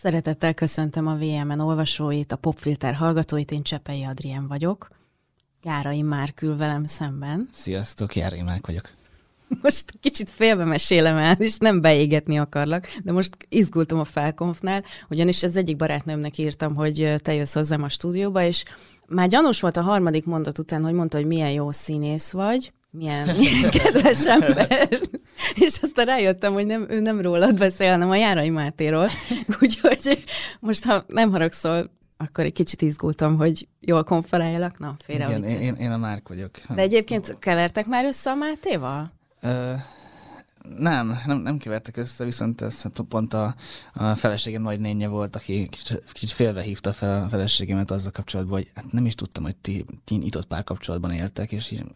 Szeretettel köszöntöm a VMN olvasóit, a Popfilter hallgatóit, én Csepei Adrien vagyok. Járai Márk ül velem szemben. Sziasztok, Járai Márk vagyok. Most kicsit félbemesélem el, és nem beégetni akarlak, de most izgultam a Felkonfnál, ugyanis az egyik barátnőmnek írtam, hogy te jössz hozzám a stúdióba, és már gyanús volt a harmadik mondat után, hogy mondta, hogy milyen jó színész vagy, milyen kedves ember. És aztán rájöttem, hogy ő nem rólad beszél, hanem a Járai Mátéról. Úgyhogy most, ha nem haragszol, akkor egy kicsit izgultam, hogy jól konferáljalak. Na, félre. Igen, én a Márk vagyok. De egyébként kevertek már össze a Mátéval? Nem kevertek össze, viszont ez pont a feleségem nagynénye volt, aki kicsit félve hívta fel a feleségemet azzal kapcsolatban, hogy hát nem is tudtam, hogy ti nyitott párkapcsolatban éltek,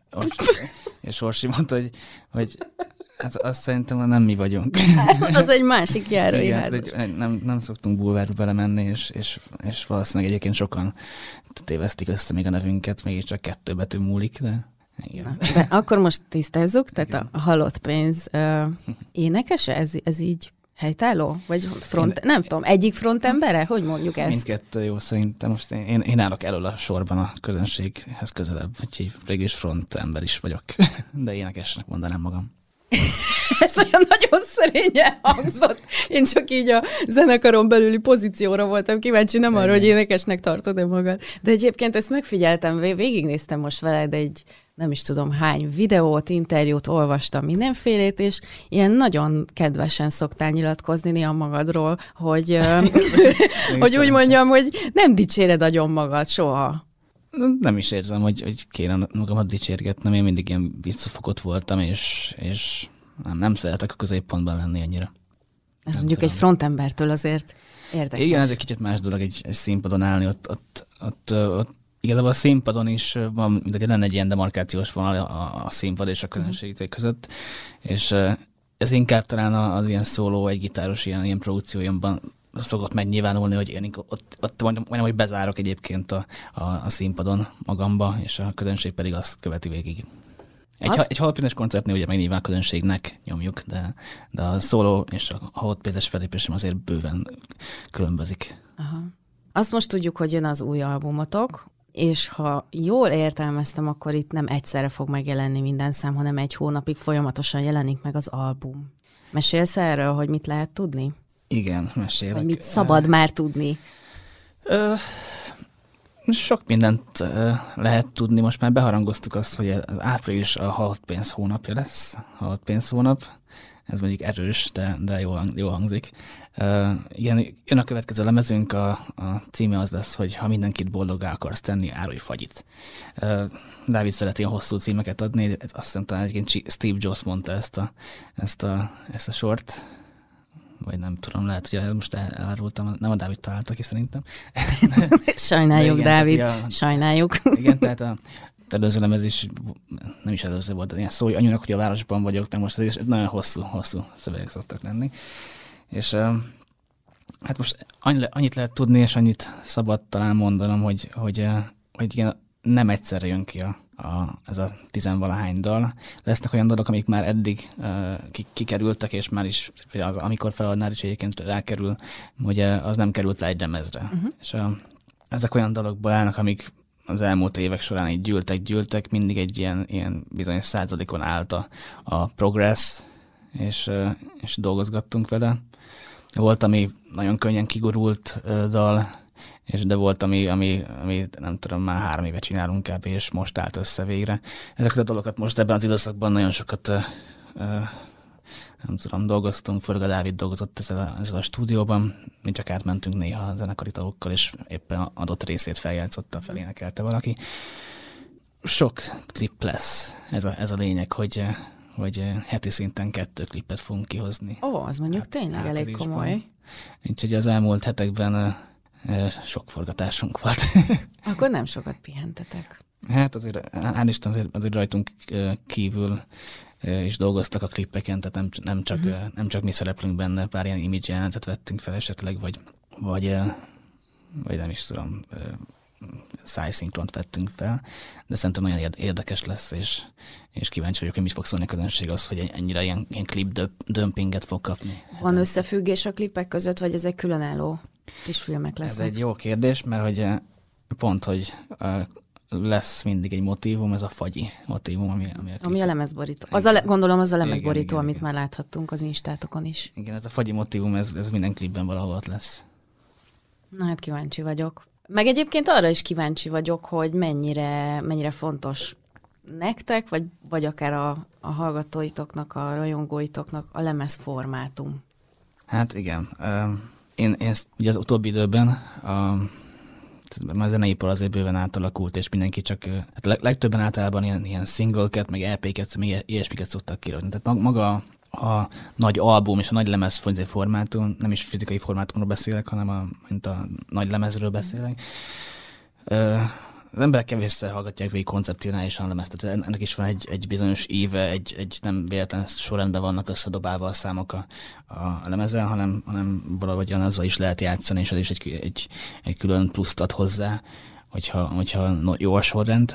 és Orsi mondta, hogy hát azt szerintem nem mi vagyunk. Az egy másik járói házas. Nem szoktunk bulvárba belemenni, és valószínűleg egyébként sokan tévesztik össze még a nevünket, mégiscsak 2 betű múlik, de... Na, de akkor most tisztázzuk, tehát a halott pénz énekese? Ez így helytálló? Vagy nem tudom, egyik frontembere? Hogy mondjuk ezt? Mindkettő jó szerintem. Most én állok elől a sorban a közönséghez közelebb, úgyhogy végül is frontember is vagyok, de énekesnek mondanám magam. Ez olyan nagyon szerényen hangzott. Én csak így a zenekaron belüli pozícióra voltam kíváncsi, nem arra, hogy énekesnek tartod-e magad. De egyébként ezt megfigyeltem, végignéztem most veled egy nem is tudom hány videót, interjút, olvastam mindenfélét, és ilyen nagyon kedvesen szoktál nyilatkozni néha magadról, hogy, hogy úgy mondjam, hogy nem dicséred agyon magad soha. Nem is érzem, hogy kéne magamat dicsérgetnem, én mindig ilyen visszafogott voltam, és nem szeretek a középpontban lenni ennyire. Ez nem mondjuk tudom. Egy frontembertől azért érdekes. Igen, ez egy kicsit más dolog egy színpadon állni, ott igazából a színpadon is van, mint lenne egy ilyen demarkációs vonal a színpad és a közönség között, és ez inkább talán az ilyen szóló, egy gitáros ilyen produkciójomban szokott megnyilvánulni, hogy én ott majdnem, hogy bezárok egyébként a színpadon magamba, és a közönség pedig azt követi végig. Egy halotpénzes koncertnél ugye meg nyilván a közönségnek nyomjuk, de a szóló és a halotpénzes felépésem azért bőven különbözik. Aha. Azt most tudjuk, hogy jön az új albumotok, és ha jól értelmeztem, akkor itt nem egyszerre fog megjelenni minden szám, hanem 1 hónapig folyamatosan jelenik meg az album. Mesélsz erről, hogy mit lehet tudni? Igen, mesélek. Vagy mit szabad már tudni? Sok mindent lehet tudni. Most már beharangoztuk azt, hogy az április a halotpénz hónapja lesz. Halotpénz hónap. Ez mondjuk erős, de jól hangzik. Igen, jön a következő lemezünk, a címe az lesz, hogy ha mindenkit boldoggá akarsz tenni, árulj fagyit. Dávid szeret ilyen hosszú címeket adni, azt hiszem talán egyébként Steve Jobs mondta ezt a sort, vagy nem tudom, lehet, hogy most elárultam, nem a Dávid találta ki szerintem. Sajnáljuk, igen, Dávid, sajnáljuk. Igen, tehát a előző lemez is, nem is előző volt, ilyen szó, hogy anyunak, hogy a városban vagyok, de most ez nagyon hosszú szövegek szoktak lenni. És hát most annyit lehet tudni, és annyit szabad talán mondanom, hogy igen, nem egyszerre jön ki ez a 10-valahány dal. Lesznek olyan dalok, amik már eddig kikerültek, és már is, amikor feladnál is egyébként rákerül, hogy az nem került le egy lemezre. És ezek olyan dalokból állnak, amik az elmúlt évek során így gyűltek, mindig egy ilyen bizonyos századikon állt a progress, és dolgozgattunk vele. Volt, ami nagyon könnyen kigurult dal, de volt, ami nem tudom, már 3 éve csinálunk kb. És most állt össze végre. Ezeket a dolgokat most ebben az időszakban nagyon sokat nem tudom, dolgoztunk, főleg a Dávid dolgozott ezzel a stúdióban, mi csak átmentünk néha a zenekari tagokkal, és éppen adott részét feljátszotta, felénekelte valaki. Sok klip lesz, ez a lényeg, hogy heti szinten 2 klipet fogunk kihozni. Az mondjuk tényleg elég komoly. Úgyhogy az elmúlt hetekben sok forgatásunk volt. Akkor nem sokat pihentetek. Hát azért, hál' Isten, azért rajtunk kívül és dolgoztak a klippeken, tehát nem csak mi szereplünk benne, pár ilyen image jelenetet vettünk fel esetleg, vagy nem is tudom, szájszinkront vettünk fel, de szerintem nagyon érdekes lesz, és kíváncsi vagyok, hogy mit fog szólni a közönség az, hogy ennyire ilyen klip dömpinget fog kapni. Van összefüggés a klipek között, vagy ez egy különálló kis filmek lesznek? Ez egy jó kérdés, mert hogy pont, hogy lesz mindig egy motívum, ez a fagyi motívum, ami a lemezborító. Gondolom az a lemezborító, amit már láthattunk az Instátokon is. Igen, ez a fagyi motívum, ez minden klipben valahol ott lesz. Na hát kíváncsi vagyok. Meg egyébként arra is kíváncsi vagyok, hogy mennyire fontos nektek, vagy akár a hallgatóitoknak, a rajongóitoknak a lemezformátum. Hát igen. Én ugye az utóbbi időben a zeneipar azért bőven átalakult, és mindenki csak, hát legtöbben általában ilyen singleket, meg EP-ket, meg ilyesmiket szoktak kirakni. Tehát maga a nagy album és a nagy lemez formátum, nem is fizikai formátumról beszélek, hanem mint a nagy lemezről beszélek. Az emberek kevésszer hallgatják végig koncepcionálisan a lemezt, tehát ennek is van egy bizonyos íve, egy nem véletlen sorrendben vannak összedobálva a számok a lemezen, hanem valahogyan azzal is lehet játszani, és az is egy külön pluszt ad hozzá, hogyha jó a sorrend.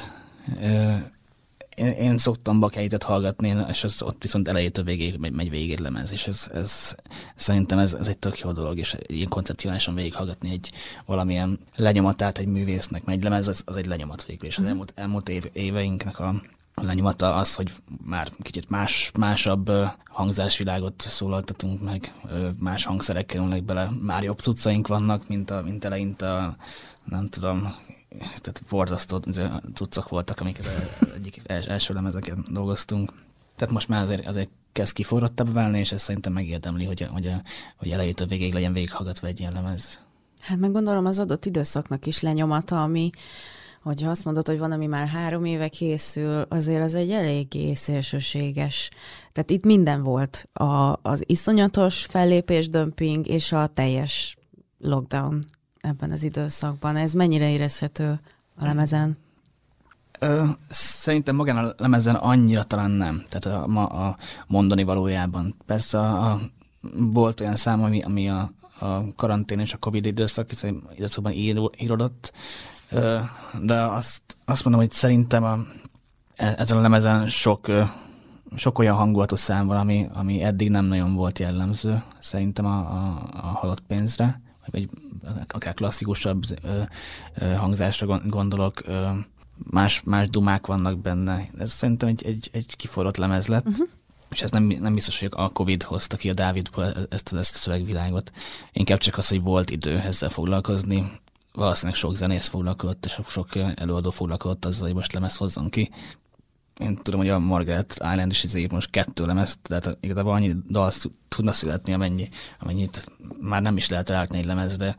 Én szoktam Bakelite-et hallgatni, és ott viszont elejétől végéig megy végig egy lemez, és szerintem ez egy tök jó dolog, és ilyen koncepcionálisan végighallgatni egy valamilyen lenyomatát egy művésznek, mert egy lemez az egy lenyomat végül, és az elmúlt éveinknek a lenyomata az, hogy már kicsit másabb hangzásvilágot szólaltatunk meg, más hangszerek kerülnek bele, már jobb cuccaink vannak, mint eleinte nem tudom, tehát borzasztó cuccok voltak, amiket egyik első lemezeken dolgoztunk. Tehát most már azért kezd kiforrottabb válni, és ez szerintem megérdemli, hogy elejétől végéig legyen végighallgatva egy ilyen lemez. Hát meg gondolom az adott időszaknak is lenyomata, ami, hogyha azt mondod, hogy van, ami már 3 éve készül, azért az egy eléggé szélsőséges. Tehát itt minden volt. Az iszonyatos fellépés-dömping és a teljes lockdown ebben az időszakban. Ez mennyire érezhető a lemezen? Szerintem magán a lemezen annyira talán nem. Tehát a mondani valójában. Persze volt olyan szám, ami a karantén és a Covid időszakban írodott, de azt mondom, hogy szerintem ezen a lemezen sok olyan hangulatú szám van, ami eddig nem nagyon volt jellemző. Szerintem a halott pénzre, vagy akár klasszikusabb hangzásra gondolok, más dumák vannak benne. Ez szerintem egy kiforrott lemez lett, és ez nem biztos, hogy a Covid hozta ki a Dávidból ezt a szövegvilágot. Inkább csak az, hogy volt idő ezzel foglalkozni. Valószínűleg sok zenész foglalkozott, és sok előadó foglalkozott azzal, hogy most lemez hozzon ki. Én tudom, hogy a Margaret Island is ír most 2 lemezt, tehát igazából annyi dal tudna születni, amennyit már nem is lehet rárakni egy lemezre,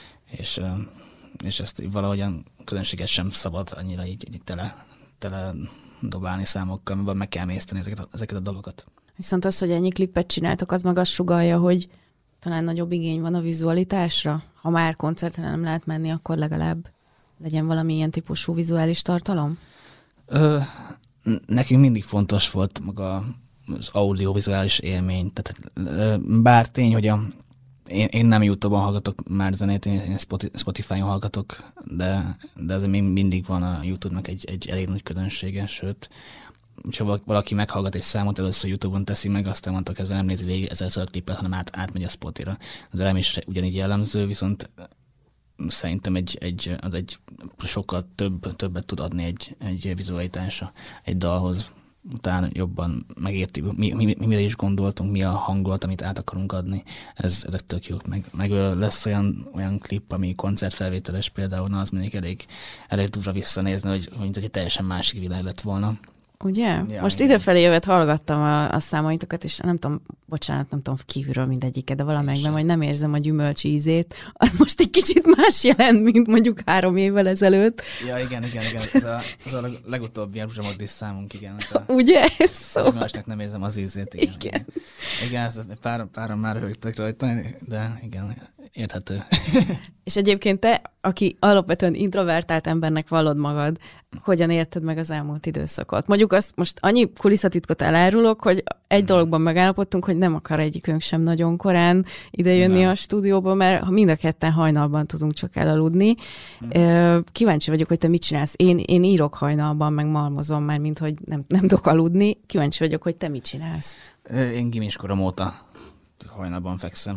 és ezt valahogyan közönséget sem szabad annyira így tele dobálni számokkal, amiben meg kell emészteni ezeket a dalokat. Viszont az, hogy ennyi klippet csináltok, az meg azt sugallja, hogy talán nagyobb igény van a vizualitásra. Ha már koncertre nem lehet menni, akkor legalább legyen valami ilyen típusú vizuális tartalom? Nekünk mindig fontos volt maga az audiovizuális élmény. Tehát, bár tény, hogy én nem YouTube-on hallgatok már zenét, én Spotify-on hallgatok, de azért még mindig van a YouTube-nak egy elég nagy közönsége, sőt, ha valaki meghallgat egy számot, először YouTube-on teszi meg, aztán mondta kezdve nem nézi végig 1000 a klipet, hanem átmegy a Spotify-ra. Az elem is ugyanígy jellemző, viszont szerintem az egy sokkal többet tud adni egy vizualitása egy dalhoz. Utána jobban megérti, mire is gondoltunk, mi a hangulat, amit át akarunk adni. Ezek tök jók. Meg lesz olyan klip, ami koncertfelvételes például, az mondjuk elég durva visszanézni, hogy egy teljesen másik világ lett volna. Ugye? Ja, most idefelé jövet hallgattam a számaitokat, és nem tudom kívülről mindegyiket, de valamelyikben majd nem érzem a gyümölcs ízét. Az most egy kicsit más jelent, mint mondjuk 3 évvel ezelőtt. Ja, igen. Ez a legutóbbi Ruzsamodis számunk, igen. Ugye? A gyümölcsnek nem érzem az ízét, igen. Igen, páran már rögtök rajta, de igen, érthető. És egyébként te, aki alapvetően introvertált embernek vallod magad, hogyan érted meg az elmúlt időszakot? Mondjuk azt most annyi kulisszatitkot elárulok, hogy egy dologban megállapodtunk, hogy nem akar egyikünk sem nagyon korán idejönni a stúdióba, mert ha mind a ketten hajnalban tudunk csak elaludni. Kíváncsi vagyok, hogy te mit csinálsz. Én írok hajnalban, meg malmozom már, mint hogy nem tudok aludni. Kíváncsi vagyok, hogy te mit csinálsz. Én gimiskorom óta hajnalban fekszem.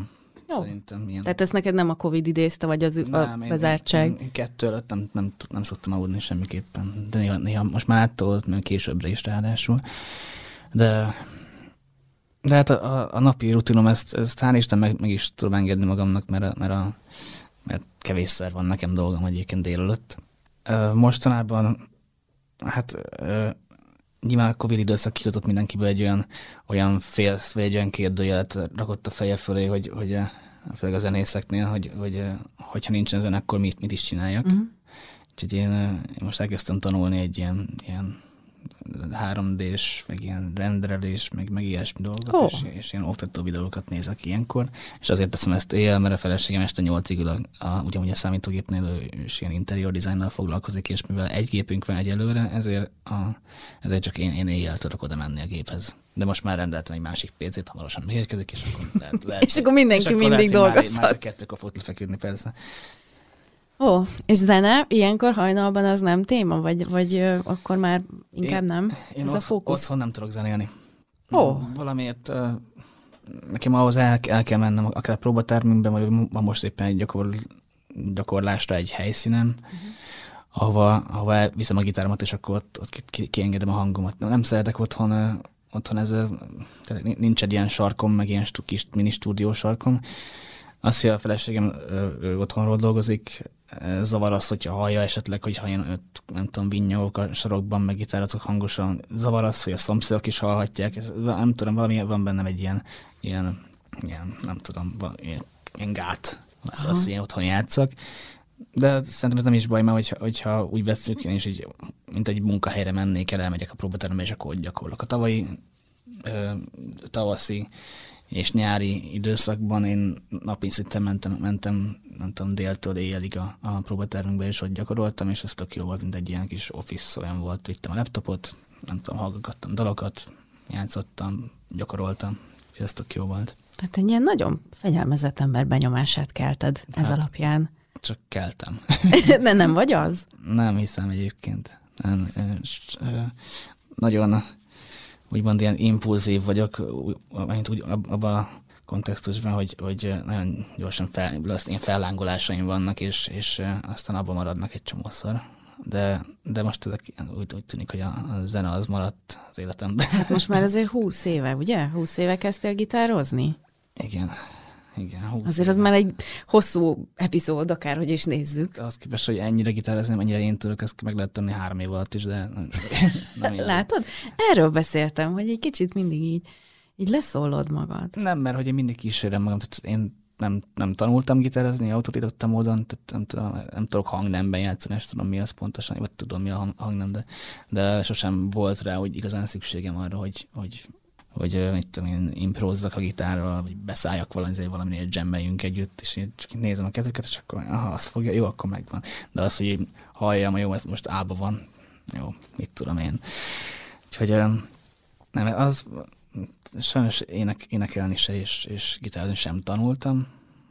Jó. Szerintem ilyen. Tehát ezt neked nem a Covid idézte, vagy a bezártság? Én 2 előtt nem szoktam aludni semmiképpen. De néha most már áttolott, mert későbbre is ráadásul. De hát a napi rutinom, ezt hál' Isten meg is tudom engedni magamnak, mert kevésszer van nekem dolgom egyébként délelőtt. Mostanában, hát nyilván a Covid időszak kihozott mindenkiből egy olyan fél, vagy egy olyan kérdőjelet rakott a feje fölé, hogy főleg a zenészeknél, hogyha nincsen zene, akkor mit is csináljak. Uh-huh. Úgyhogy én most elkezdtem tanulni egy ilyen 3D-s, meg ilyen renderelés, meg ilyesmi dolgot, és ilyen oktató videókat nézek ilyenkor, és azért teszem ezt éjjel, mert a feleségem este 8-ig ül ugyanúgy a számítógépnél, ő is ilyen interior designnal foglalkozik, és mivel egy gépünk van egyelőre, ezért csak én éjjel tudok oda menni a géphez. De most már rendeltem egy másik PC-t, hamarosan megérkezik, és akkor lehet és akkor mindenki mindig dolgozhat. Már 2-kor fog lefeküdni, persze. Ó, és zene ilyenkor hajnalban az nem téma? Vagy akkor már inkább nem? Én ez a fókusz? Otthon nem tudok zenélni. Ó. Valamiért nekem ahhoz el kell mennem, akár a próbatermünkben, vagy most éppen egy gyakorlásra egy helyszínen, ahova viszem a gitáromat, és akkor ott kiengedem a hangomat. Nem szeretek otthon tehát nincs egy ilyen sarkom, meg ilyen kis mini stúdió sarkom. Azt, hogy a feleségem otthonról dolgozik, zavar az, hogyha hallja esetleg, hogyha én nem tudom, vinnyogok a sarokban, meg gitározok hangosan. Zavar az, hogy a szomszédok is hallhatják. Nem tudom, valami van bennem egy ilyen nem tudom, ilyen gát, az ilyen otthon játszak. De szerintem ez nem is baj, mert hogyha úgy vesszük, én is így, mint egy munkahelyre mennék el, elmegyek a próbaterembe, és akkor ott gyakorlok. A tavaszi és nyári időszakban én napi szinten mentem nem tudom, déltől éjjelig a próbatermünkbe, és ott gyakoroltam, és ez tök jó volt, mint egy ilyen kis office olyan volt. Vittem a laptopot, nem tudom, hallgattam dalokat, játszottam, gyakoroltam, és ez tök jó volt. Tehát egy ilyen nagyon fegyelmezett ember benyomását kelted ez alapján. Csak keltem. De nem vagy az? Nem hiszem egyébként. Nagyon úgymond ilyen impulzív vagyok, úgy abban a kontextusban, hogy nagyon gyorsan ilyen fellángolásaim vannak, és aztán abban maradnak egy csomószor. De most ezek úgy tűnik, hogy a zene az maradt az életemben. Hát most már azért 20 éve, ugye? 20 éve kezdtél gitározni? Igen. Azért éve. Az már egy hosszú epizód, akárhogy is nézzük. Az képest, hogy ennyire gitározni, ennyire én tudok, ezt meg lehet tenni 3 év alatt is, de nem Látod? Erről beszéltem, hogy egy kicsit mindig így leszólod magad. Nem, mert hogy én mindig kísérem magam, tehát én nem tanultam gitározni autodidakta módon, tehát nem tudok hangnemben játszani, és tudom mi az pontosan, vagy tudom mi a hangnem, de sosem volt rá, hogy igazán szükségem arra, hogy mit tudom én, improzzak a gitárral, vagy beszálljak valaminél jammeljünk együtt, és én csak nézem a kezüket, és akkor azt fogja, jó, akkor megvan. De az, hogy én halljam, jó, ez most A-ba van, jó, mit tudom én. Úgyhogy nem, az sajnos énekelni se és gitározni sem tanultam.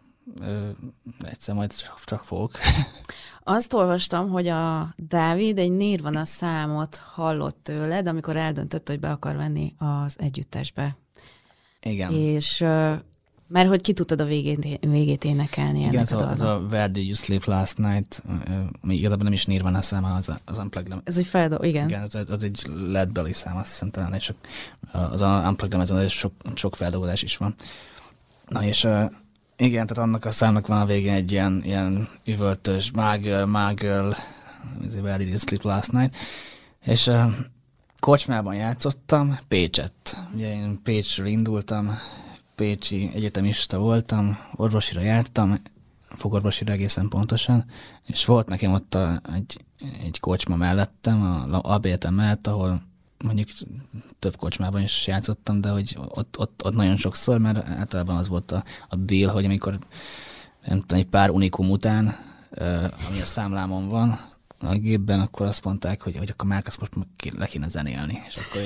Egyszer majd csak fogok. Azt olvastam, hogy a Dávid egy Nirvana számot hallott tőled, amikor eldöntött, hogy be akar venni az együttesbe. Igen. És mert hogy ki tudtad a végét énekelni. Igen, ez a Where Did You Sleep Last Night, ami igazából nem is Nirvana száma, az Unplugged. Ez egy feldolgozás, igen. Igen, az egy Lead Belly szám, azt hiszem talán, és az Unplugged ezen sok feldolgozás is van. Na és igen, tehát annak a számnak van a végén egy ilyen üvöltős My Girl, Where Did You Sleep Last Night, és kocsmában játszottam, Pécsett. Ugye én Pécsről indultam, pécsi egyetemista voltam, orvosira jártam, fogorvosira egészen pontosan, és volt nekem ott egy kocsma mellettem, a albérletem mellett, ahol mondjuk több kocsmában is játszottam, de hogy ott nagyon sokszor, mert általában az volt a deal, hogy amikor nem tudom, egy pár unikum után, ami a számlámon van a gépben, akkor azt mondták, hogy akkor már most le kéne zenélni.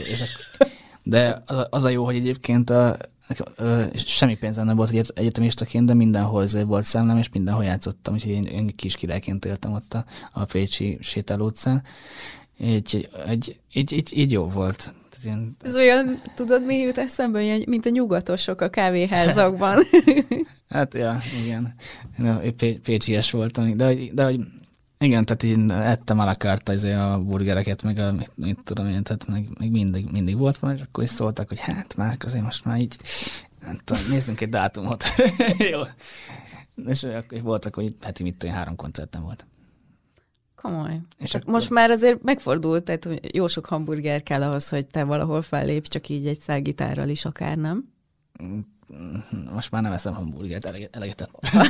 De az a jó, hogy egyébként semmi pénzem nem volt, hogy egyetemistaként, de mindenhol azért volt számlám, és mindenhol játszottam, úgyhogy én kis királyként éltem ott a pécsi sétáló utcán. Így jó volt. Ez olyan, tudod, mi jut eszembe, mint a nyugatosok a kávéházakban. Hát, ja, igen. Pécsies voltam, de hogy igen, tehát én ettem a la carte a burgereket, meg mit tudom én, tehát meg mindig volt van, és akkor is szóltak, hogy hát már azért most már így, nem tudom, nézzünk egy dátumot. Jó. És akkor voltak, hogy heti mit tudom, 3 koncertem volt. Komoly. És akkor... Most már azért megfordult, tehát hogy jó sok hamburger kell ahhoz, hogy te valahol fellépj, csak így egy szálgitárral is akár, nem? Most már nem eszem hamburgert, eleget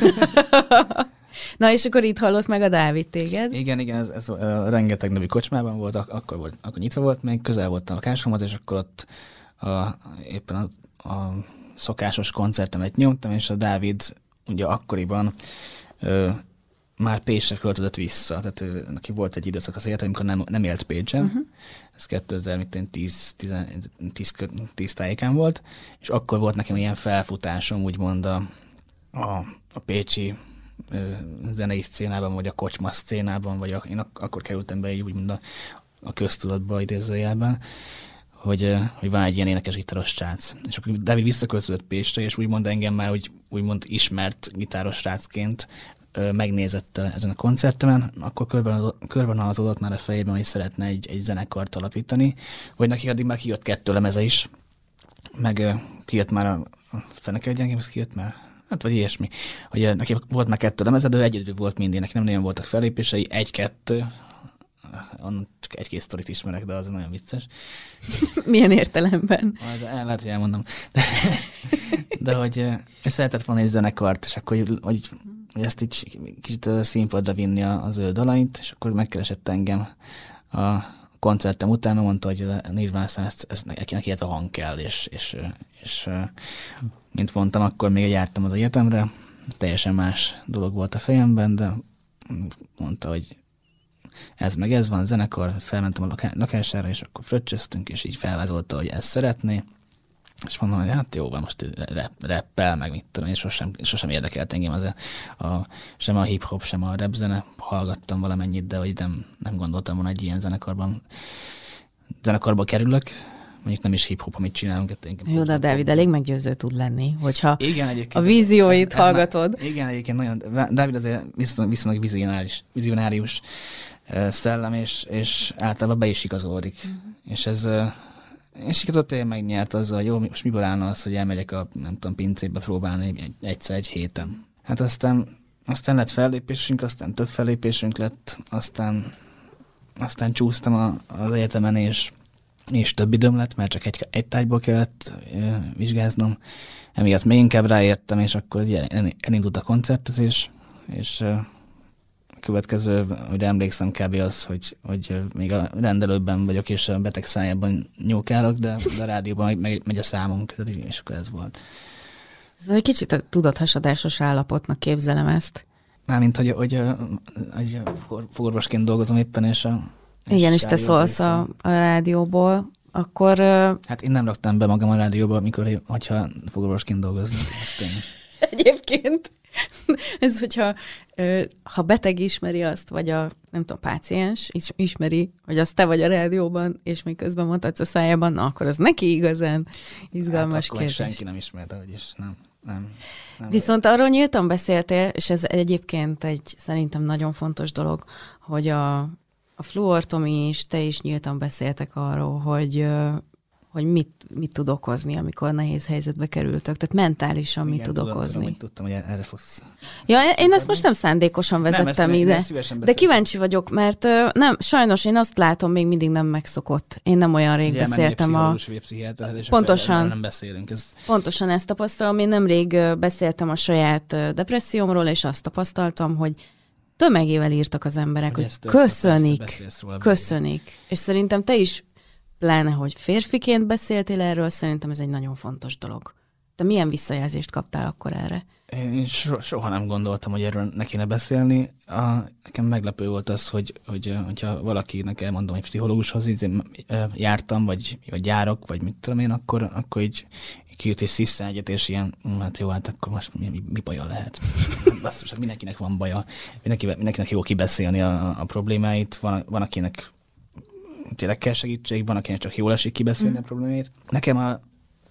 Na, és akkor itt hallott meg a Dávid téged? Igen, ez rengeteg nevű kocsmában volt, akkor nyitva volt, még közel volt a lakásomat, és akkor ott éppen a szokásos koncertemet nyomtam, és a Dávid ugye akkoriban már Pécsre költözött vissza, tehát neki volt egy időszak az élet, amikor nem élt Pécsen, ez 2010 tájékán volt, és akkor volt nekem ilyen felfutásom, úgymond a pécsi zenei szcénában, vagy a kocsma szcénában, vagy én akkor kerültem be így úgymond a köztudatba idézőjelben, hogy van egy ilyen énekes gitáros srác. És akkor Dávid visszaköltözött Pécsre, és úgymond engem már úgymond ismert gitáros srácként megnézett ezen a koncertemen, akkor körvonalazódott már a fejében, hogy szeretne egy zenekart alapítani, vagy neki addig már kijött 2 lemeze is, meg kijött már a Fenekelgyengém, ez kijött már? Hát vagy ilyesmi. Hogy neki volt már 2 lemeze, de egyedül volt mindig, neki nem nagyon voltak fellépései, 1-2, csak 1-2 sztorit ismerek, de az nagyon vicces. Milyen értelemben? Lehet, hogy elmondom. De hogy szeretett volna egy zenekart, és akkor hogy ezt így kicsit színpadra vinni az ő dalait, és akkor megkeresett engem a koncertem után, mert mondta, hogy a Nirvana neki ez a hang kell, és mint mondtam, akkor még jártam az egyetemre, teljesen más dolog volt a fejemben, de mondta, hogy ez van, zenekar, felmentem a lakására, és akkor fröccsöztünk, és így felvázolta, hogy ezt szeretné, és mondom, hogy hát jó, most rappel, meg mit tudom, és sosem érdekelt engem sem a hip-hop, sem a rap zene. Hallgattam valamennyit, de hogy nem gondoltam volna, egy ilyen zenekarba kerülök. Mondjuk nem is hip-hop, amit csinálunk. Jó, de Dávid elég meggyőző tud lenni, hogyha igen, a vízióit hallgatod. Igen, egyébként nagyon. Dávid azért viszonylag vizionárius szellem, és általában be is igazolódik. És ez... És igazolt én megnyert azzal, hogy jó, most miből állna az, hogy elmegyek a, nem tudom, pincébe próbálni egyszer egy héten. Hát aztán lett fellépésünk, aztán több fellépésünk lett, aztán csúsztam az egyetemen, és több időm lett, mert csak egy tárgyból kellett vizsgáznom. Emiatt még inkább ráértem, és akkor elindult a koncertezés, és következő, hogy emlékszem kb. Az, hogy még a rendelőben vagyok, és a beteg szájában nyúlkálok, de a rádióban megy a számunk, és akkor ez volt. Ez egy kicsit a tudathasadásos állapotnak képzelem ezt. Mármint, hogy fogorvosként dolgozom éppen, és igen, és te szólsz a rádióból, akkor... Hát én nem raktam be magam a rádióba, hogyha fogorvosként dolgozom. Egyébként... Ez, hogyha ha beteg ismeri azt, vagy nem tudom, páciens ismeri, hogy az te vagy a rádióban, és még közben mondhatsz a szájában, na, akkor az neki igazán izgalmas hát kérdés. Senki nem ismerte, hogy is nem. Viszont arról nyíltan beszéltél, és ez egyébként egy szerintem nagyon fontos dolog, hogy a Fluor Tomi és te is nyíltan beszéltek arról, hogy mit tud okozni, amikor nehéz helyzetbe kerültök. Tehát mentálisan mit tud okozni. Tudtam, hogy erre fogsz. Ja, én ezt most nem szándékosan vezettem ide. De kíváncsi vagyok, mert sajnos én azt látom, még mindig nem megszokott. Én nem olyan rég beszéltem Pontosan. Nem beszélünk. Pontosan ezt tapasztalom. Én nemrég beszéltem a saját depressziómról, és azt tapasztaltam, hogy tömegével írtak az emberek, hogy köszönik. És szerintem te is pláne, hogy férfiként beszéltél erről, szerintem ez egy nagyon fontos dolog. Te milyen visszajelzést kaptál akkor erre? Én soha nem gondoltam, hogy erről ne kéne beszélni. Nekem meglepő volt az, hogyha valakinek elmondom, hogy pszichológushoz jártam, vagy járok, vagy mit tudom én, akkor így kijött és sziszen egyet, és ilyen, hát jó, hát akkor most mi baja lehet? Basszus, mindenkinek van baja, mindenkinek jó kibeszélni a problémáit, van akinek tényleg kell segítség, van akinek csak jól esik kibeszélni a problémáit. Nekem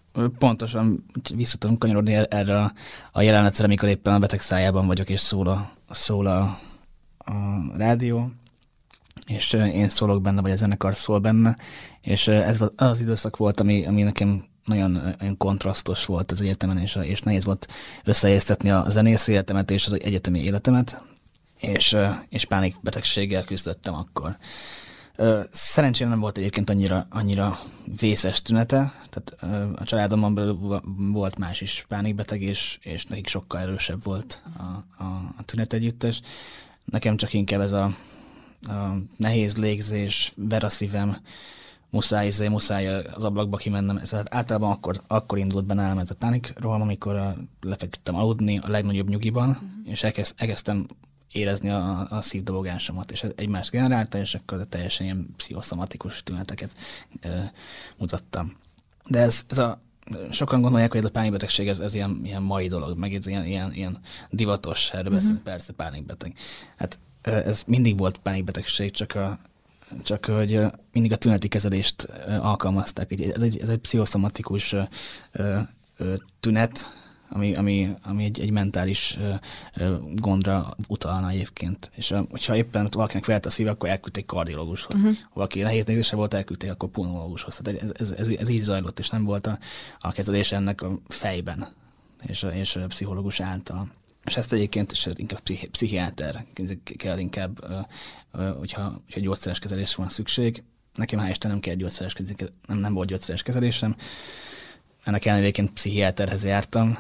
Pontosan vissza tudunk kanyarodni erre a jelenetre, amikor éppen a beteg szájában vagyok, és szól a rádió, és én szólok benne, vagy a zenekar szól benne, és ez az időszak volt, ami nekem nagyon kontrasztos volt az egyetemen, és nehéz volt összeegyeztetni a zenész életemet és az egyetemi életemet, és pánikbetegséggel küzdöttem akkor. Szerencsére nem volt egyébként annyira vészes tünete, tehát a családomban belül volt más is pánikbeteg, és nekik sokkal erősebb volt a tünetegyüttes. Nekem csak inkább ez a nehéz légzés, ver a szívem, muszáj az ablakba kimennem. Tehát általában akkor indult be nálam ez a pánikroham, amikor lefeküdtem aludni a legnagyobb nyugiban, és elkezdtem érezni a szívdobogásomat, és ez egymást generálta, és akkor teljesen ilyen pszichoszomatikus tüneteket mutattam. De ez sokan gondolják, hogy ez a pánikbetegség ez ilyen mai dolog, meg ez ilyen divatos, erről beszélünk, persze pánikbeteg. Hát ez mindig volt pánikbetegség, csak hogy mindig a tüneti kezelést alkalmazták. Ez egy pszichoszomatikus tünet, ami egy mentális gondra utalna egyébként. És hogyha éppen valakinek felt a szíve, akkor elküldték kardiológushoz. Ha valaki nehéz nézése volt, elküldték akkor pulmológushoz. Tehát ez így zajlott, és nem volt a kezelés ennek a fejben, és a pszichológus által. És ezt egyébként is inkább pszichiáter kell inkább, hogyha gyógyszeres kezelés van szükség. Nekem hál' Isten nem volt gyógyszeres kezelésem. Ennek ellenére pszichiáterhez jártam,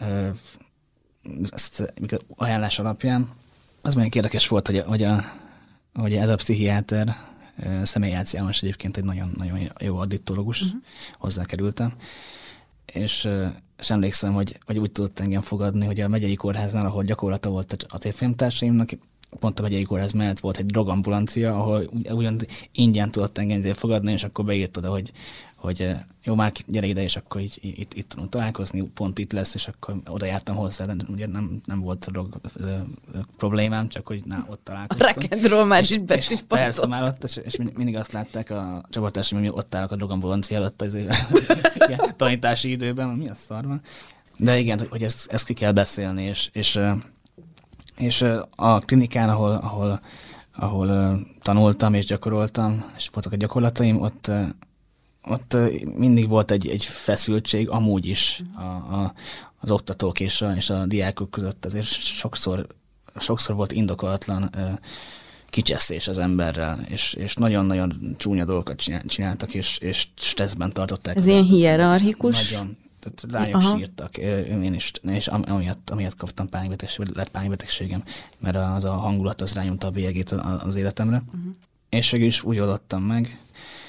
ezt ajánlás alapján. Az nagyon érdekes volt, hogy ez a pszichiáter Személyi János egyébként egy nagyon, nagyon jó addiktológus, hozzákerültem. És emlékszem, hogy úgy tudott engem fogadni, hogy a megyei kórháznál, ahol gyakorlata volt az évfolyamtársaimnak, pont a megyei kórház mellett volt egy drogambulancia, ahol ugyan ingyen tudott engem fogadni, és akkor beírt oda, hogy jó, már gyere ide, és akkor itt tudunk találkozni, pont itt lesz, és akkor oda jártam hozzá, de ugye nem volt drog problémám, csak hogy ott találkoztam. A rakedról már is beszélpontott. Persze, már ott, és mindig azt látták a csapattársaim, hogy ott állnak a drogambulancia előtt az tanítási időben, mi a szar van. De igen, hogy ezt ki kell beszélni, és a klinikán, ahol tanultam és gyakoroltam, és voltak a gyakorlataim, ott mindig volt egy feszültség, amúgy is az oktatók és a diákok között. Azért sokszor volt indokolatlan kicseszés az emberrel, és nagyon-nagyon csúnya dolgokat csináltak, és stresszben tartották. Ez ilyen hierarchikus? Nagyon. Tehát rányok sírtak, én is, és amiatt kaptam lett pánikbetegségem, mert az a hangulat az rányomta a bélyegét az életemre. És végül is úgy oldottam meg,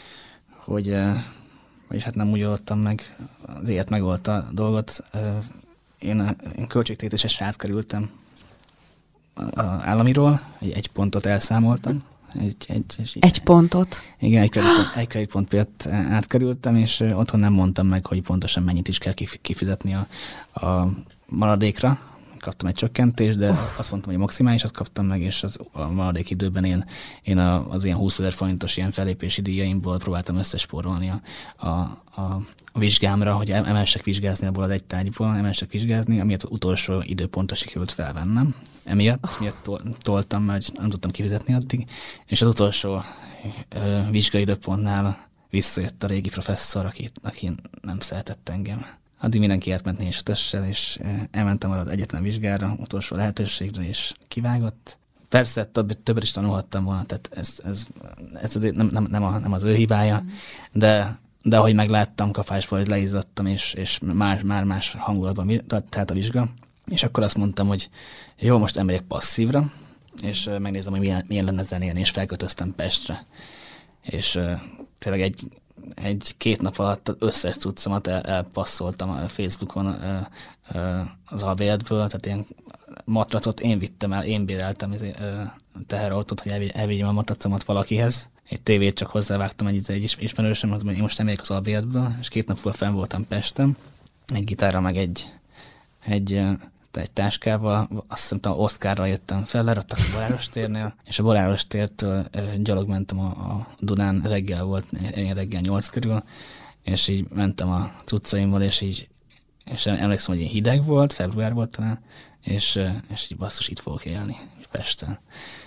vagyis hát nem úgy oldottam meg, az élet megoldta a dolgot. Én költségtétésre átkerültem államiról, egy pontot elszámoltam. Egy pontot? Igen, egy kreditpont miatt átkerültem, és otthon nem mondtam meg, hogy pontosan mennyit is kell kifizetni a maradékra. Kaptam egy csökkentést, de azt mondtam, hogy maximálisat kaptam meg, és a maradék időben én az ilyen 20 000 forintos ilyen fellépési díjaimból próbáltam összespórolni a vizsgámra, hogy emelsek vizsgázni abból az egy tárgyból, amiatt az utolsó időpontra sikerült felvennem. Emiatt toltam, mert nem tudtam kifizetni addig, és az utolsó vizsgai időpontnál visszajött a régi professzor, aki nem szeretett engem. Addig mindenki átment 4-5-össel, és elmentem arra az egyetlen vizsgára, utolsó lehetőségre, és kivágott. Persze, többet is tanulhattam volna, tehát ez nem az ő hibája, de ahogy megláttam kapásból, hogy leizzadtam, és már más hangulatban tehát a vizsga, és akkor azt mondtam, hogy jó, most elmegyek passzívra, és megnézem, hogy milyen lenne zenélni, és felköltöztem Pestre. És tényleg egy-két nap alatt az összes cuccomat elpasszoltam a Facebookon az albéletből, tehát ilyen matracot én vittem el, én béreltem teherautót, hogy elvigyem a matracomat valakihez. Egy tévét csak hozzávágtam egy ismerősöm, az, hogy én most nem megyek az albéletből, és 2 nap fenn voltam Pesten, egy gitárral, meg egy táskával, azt hiszem, Oszkárral jöttem fel, leraktak a Boráros térnél, és a Boráros tértől gyalog mentem a Dunán, reggel volt, reggel 8 körül, és így mentem a cuccaimmal, és emlékszem, hogy hideg volt, február volt talán, és így basszus, itt fogok élni, Pesten.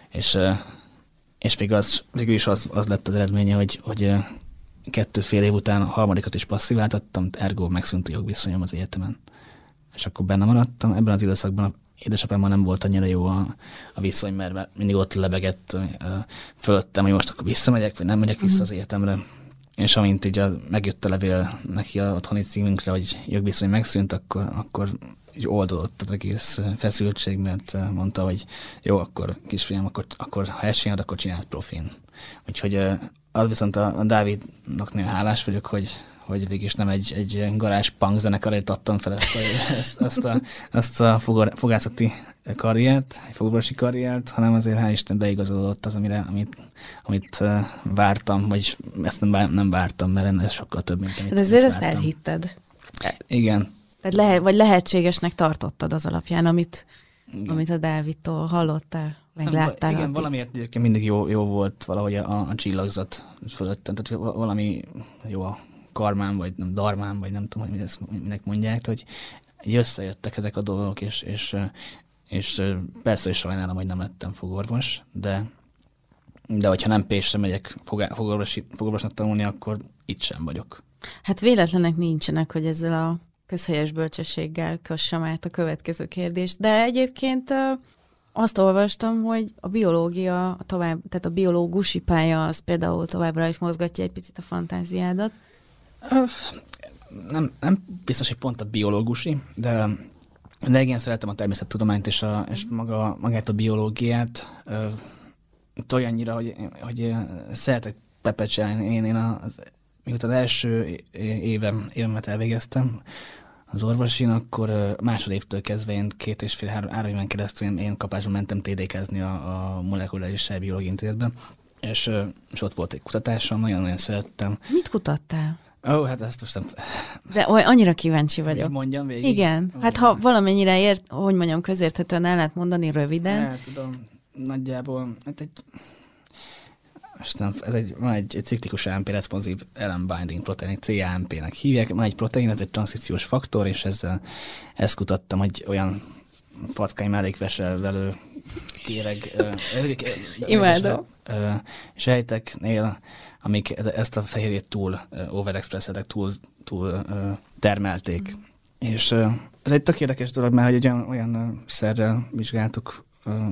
És végül is az lett az eredménye, hogy 2,5 év után a harmadikat is passziváltattam, ergo megszűnt a jogviszonyom az egyetemen. És akkor benne maradtam. Ebben az időszakban édesapámmal nem volt annyira jó a viszony, mert mindig ott lebegett fölöttem, hogy most akkor visszamegyek, vagy nem megyek vissza az egyetemre. És amint így megjött a levél neki a otthoni címünkre, hogy jogviszony megszűnt, akkor így oldódott az egész feszültség, mert mondta, hogy jó, akkor kisfiam, akkor ha ezt csinálod, akkor csináld profin. Úgyhogy az viszont a Dávidnak nagyon hálás vagyok, hogy végig nem egy garázs punk zenekarért adtam fel azt a fogászati karriert, egy fogorvosi karriert, hanem azért hál' Isten beigazolódott az, amit vártam, vagy ezt nem vártam, mert ez sokkal több, mint amit de azért vártam. ezt elhitted. Igen. Tehát vagy lehetségesnek tartottad az alapján, amit a Dávidtól hallottál, meg láttál. Igen, valamiért egyébként mindig jó volt valahogy a csillagzat fölöttem, tehát valami jó a karmám, vagy nem darmám, vagy nem tudom, hogy minek mondják, hogy összejöttek ezek a dolgok, és persze is sajnálom, hogy nem lettem fogorvos, de hogyha nem Pécsre megyek fogorvosnak tanulni, akkor itt sem vagyok. Hát véletlenek nincsenek, hogy ezzel a közhelyes bölcsességgel kössem át a következő kérdést, de egyébként azt olvastam, hogy a biológia tehát a biológusi pálya az például továbbra is mozgatja egy picit a fantáziádat. Nem biztos, hogy pont a biológusi, de igen, szeretem a természettudományt és magát a biológiát olyannyira, hogy szeretek pepecselni. Miután az első évemet elvégeztem az orvosin, akkor másodévtől kezdve én 2,5-3 éven keresztül én kapásban mentem TD-kezni a Molekuláris Sejbiológiai Intézetben, és ott volt egy kutatásom, nagyon-nagyon szerettem. Mit kutattál? Hát ezt most nem... De annyira kíváncsi vagyok. Mondjam végig? Igen. Hát ha valamennyire közérthetően el lehet mondani röviden. Hát tudom, nagyjából, van egy ciklikus AMP-responsív elem binding protein, CAMP-nek hívják. Van egy protein, ez egy transzkripciós faktor, és ezt kutattam, hogy olyan patkány mellékveselvelő kéreg imádom sejteknél, amik ezt a fehérjét túl overexpressedek, túl termelték. És ez egy tök érdekes dolog, mert egy olyan szerrel vizsgáltuk,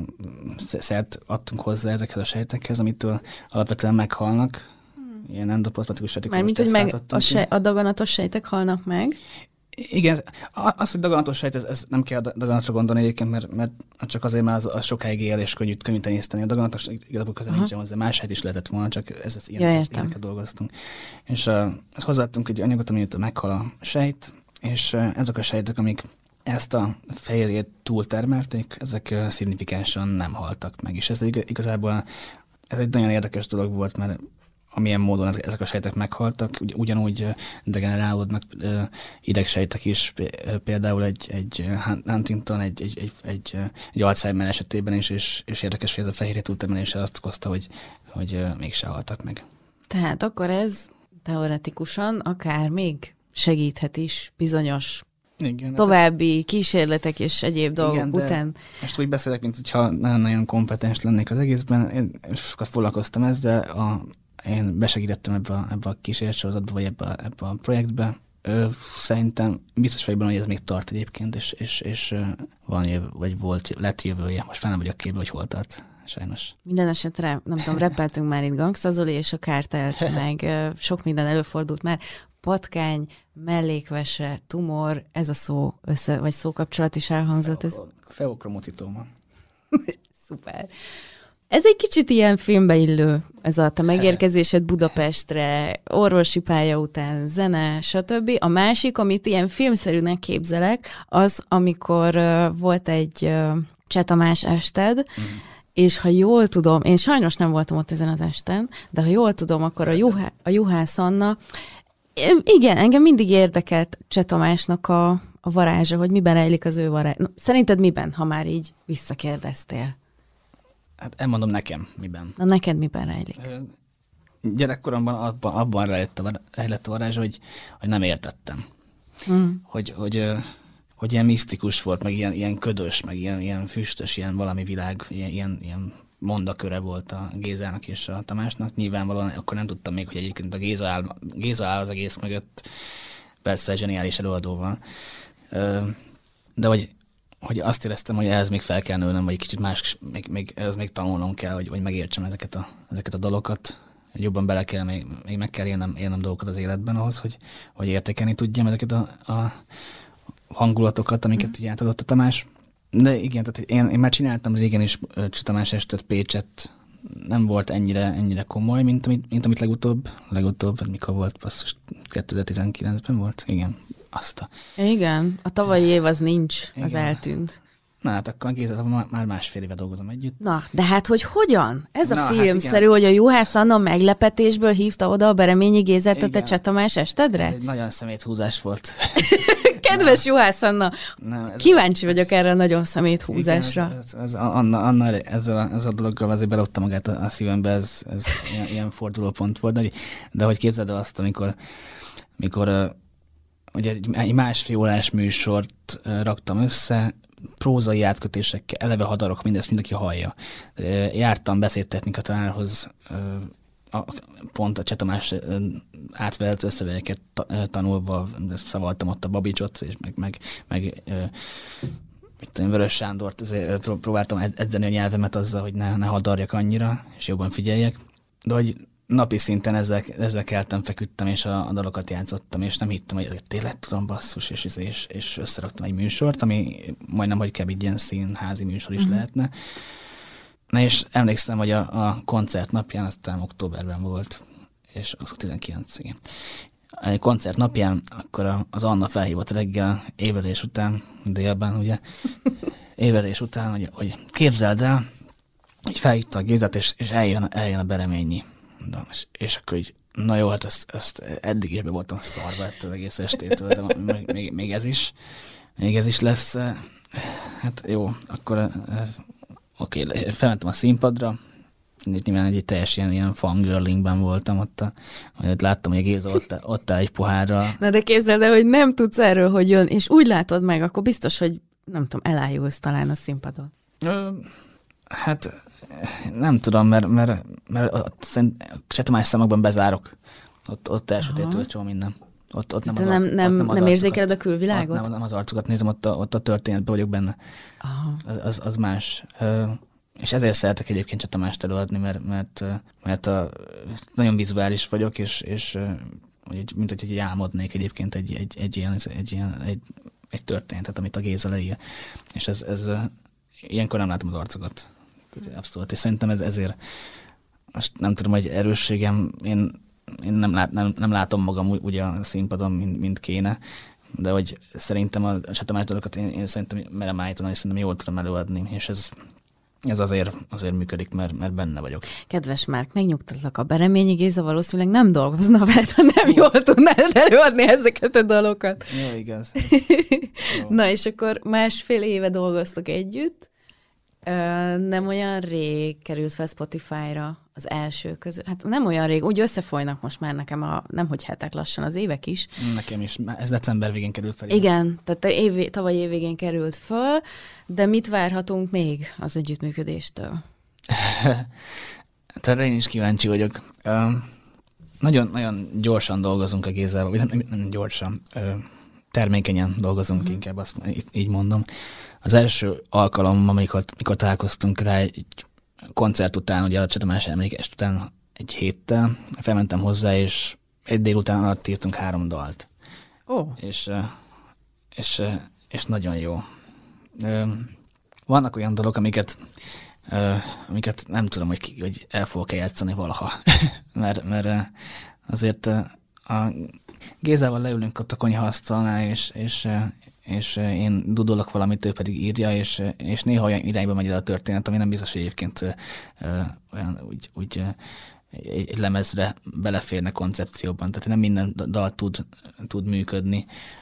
szert adtunk hozzá ezekhez a sejtekhez, amitől alapvetően meghalnak. Ilyen endoplazmatikus sejtek. Mármint, hogy a daganatos sejtek halnak meg? Igen, az, hogy daganatos sejt, ez nem kell daganatra gondolni egyébként, mert csak azért, mert az sokáig él és könnyű tenyészteni. A daganatos igazából közel nincsen hozzá, más sejt is lehetett volna, csak ilyeneket dolgoztunk. És ezt hozzáadtunk egy anyagot, amitől meghal a sejt, és ezek a sejtek, amik ezt a fehérjét túltermelték, ezek szignifikánsan nem haltak meg. És ez igazából egy nagyon érdekes dolog volt, mert amilyen módon ezek a sejtek meghaltak, ugyanúgy degenerálódnak idegsejtek is, például egy Huntington, egy Alzheimer esetében is, és érdekes, hogy ez a fehérje túltermelése azt okozta, hogy mégse haltak meg. Tehát akkor ez teoretikusan akár még segíthet is bizonyos további kísérletek és egyéb dolgok után. Most úgy beszélek, mint hogyha nagyon kompetens lennék az egészben. Én sokat foglalkoztam ezzel, én besegítettem ebbe a kísérletsorozatba, vagy ebbe a projektbe. Szerintem biztos vagyok benne, hogy ez még tart egyébként, és van lett jövője. Most már nem vagyok képbe, hogy hol tart, sajnos. Minden esetre, nem tudom, rappeltünk már itt Gangsta Zoli és a Kártelt, meg sok minden előfordult már. Patkány, mellékvese, tumor, ez a szó vagy szókapcsolat is elhangzott. Feokromocitóma. Szuper. Ez egy kicsit ilyen filmbe illő, ez a te megérkezésed Budapestre, orvosi pálya után, zene, stb. A másik, amit ilyen filmszerűnek képzelek, az, amikor volt egy Cseh Tamás ested, és ha jól tudom, én sajnos nem voltam ott ezen az esten, de ha jól tudom, akkor a Juhász Anna, igen, engem mindig érdekelt Cseh Tamásnak a varázsa, hogy miben rejlik az ő varázsa. Szerinted miben, ha már így visszakérdeztél? Hát elmondom nekem, miben. Na neked miben rejlik? gyerekkoromban abban rejlett a varázs, hogy nem értettem. Hogy ilyen misztikus volt, meg ilyen ködös, meg ilyen füstös, ilyen valami világ, ilyen mondaköre volt a Gézának és a Tamásnak. Nyilvánvalóan akkor nem tudtam még, hogy egyébként a Géza áll az egész mögött, persze zseniális előadóval. De hogy azt éreztem, hogy ehhez még fel kell nőnöm, vagy kicsit más, ehhez még tanulnom kell, hogy megértsem ezeket a dalokat. Jobban bele kell, még meg kell élnem dolgokat az életben ahhoz, hogy értékelni tudjam ezeket a hangulatokat, amiket így átadott a Tamás. De igen, tehát én már csináltam régen is Tamás estet, Pécset, nem volt ennyire komoly, mint amit legutóbb, mikor volt, basszus, 2019-ben volt, igen, Igen, a tavalyi év az nincs, igen. Az eltűnt. Na hát akkor a Gézával már másfél éve dolgozom együtt. Na, de hát hogy hogyan? Ez a filmszerű, hogy a Juhász Anna meglepetésből hívta oda a Bereményi Gézát a te Cseh Tamás estedre? Ez egy nagyon szeméthúzás volt. Kedves Juhász Anna, kíváncsi vagyok erre a nagyon szeméthúzásra. Anna ezzel a dologgal azért belopta magát a szívembe, ez ilyen fordulópont volt. De hogy képzeld el azt, amikor ugye egy másfél órás műsort raktam össze, prózai átkötésekkel, eleve hadarok, mindezt mindenki hallja. Jártam beszédtechnika tanárhoz, pont a Cseh Tamás átvelt összevegyeket tanulva, szavaltam ott a Babicsot, és meg Vörös Sándort, próbáltam edzeni a nyelvemet azzal, hogy ne hadarjak annyira, és jobban figyeljek. De hogy napi szinten ezzel keltem, feküdtem, és a dalokat játszottam, és nem hittem, hogy tényleg tudom, basszus, és összeraktam egy műsort, ami majdnem, hogy kb. Ilyen színházi műsor is lehetne. Na és emlékszem, hogy a koncert napján, aztán októberben volt, és 19, igen. A koncert napján akkor az Anna felhívott reggel, ébredés után, délben, ugye, ébredés után, hogy képzeld el, hogy felhívta a Gézát, és eljön a Bereményi. És akkor így, na jó, hát ezt eddig is be voltam szarva ettől egész estétől, de még ez is lesz. Hát jó, akkor oké, felmentem a színpadra, nyilván egy teljes ilyen fangirlingben voltam ott láttam, hogy a Géza ott áll egy pohárral. Na de képzeld el, hogy nem tudsz erről, hogy jön, és úgy látod meg, akkor biztos, hogy nem tudom, elájulsz talán a színpadon. Hát nem tudom, mert Cseh Tamás számokban bezárok. Ott elsötétül egy csomó minden. Ott nem érzékeled a külvilágot? Nem az arcokat nézem, ott a történetben vagyok benne. Az más. És ezért szeretek egyébként Cseh Tamást előadni, mert nagyon vizuális vagyok, és mint hogy álmodnék egyébként egy történetet, amit a Géza leír. És ez ilyenkor nem látom az arcokat. Abszolút. És szerintem ezért most nem tudom, hogy erősségem, én nem látom magam úgy a színpadon, mint kéne, de hogy szerintem a Cseh Tamás dalokat én szerintem merem állítani, és szerintem jól tudom előadni, és ez azért működik, mert benne vagyok. Kedves Márk, megnyugtatlak, a Bereményi Géza valószínűleg nem dolgozna veled, ha nem jól tudnád előadni ezeket a dalokat. Jó, igaz. Jó. Na, és akkor másfél éve dolgoztok együtt. Nem olyan rég került fel Spotify-ra az első közül. Hát nem olyan rég, úgy összefolynak most már nekem nemhogy hetek, lassan az évek is. Nekem is, ez december végén került fel. Igen, tehát tavaly év végén került föl, de mit várhatunk még az együttműködéstől? Tehát én is kíváncsi vagyok. Nagyon gyorsan dolgozunk a Gézával, vagy nem gyorsan, termékenyen dolgozunk, inkább azt így mondom. Az első alkalom, amikor találkoztunk rá egy koncert után, ugye a Cseh Tamás emlékest után egy héttel, felmentem hozzá, és egy délután alatt írtunk 3 dalt. És nagyon jó. Vannak olyan dolgok, amiket nem tudom, hogy el fogok játszani valaha. mert azért a Gézával leülünk ott a konyhaasztalnál, és én dudolok valamit, ő pedig írja, és néha olyan irányba megy el a történet, ami nem biztos, hogy egyébként olyan úgy egy lemezre beleférne koncepcióban. Tehát nem minden dal tud működni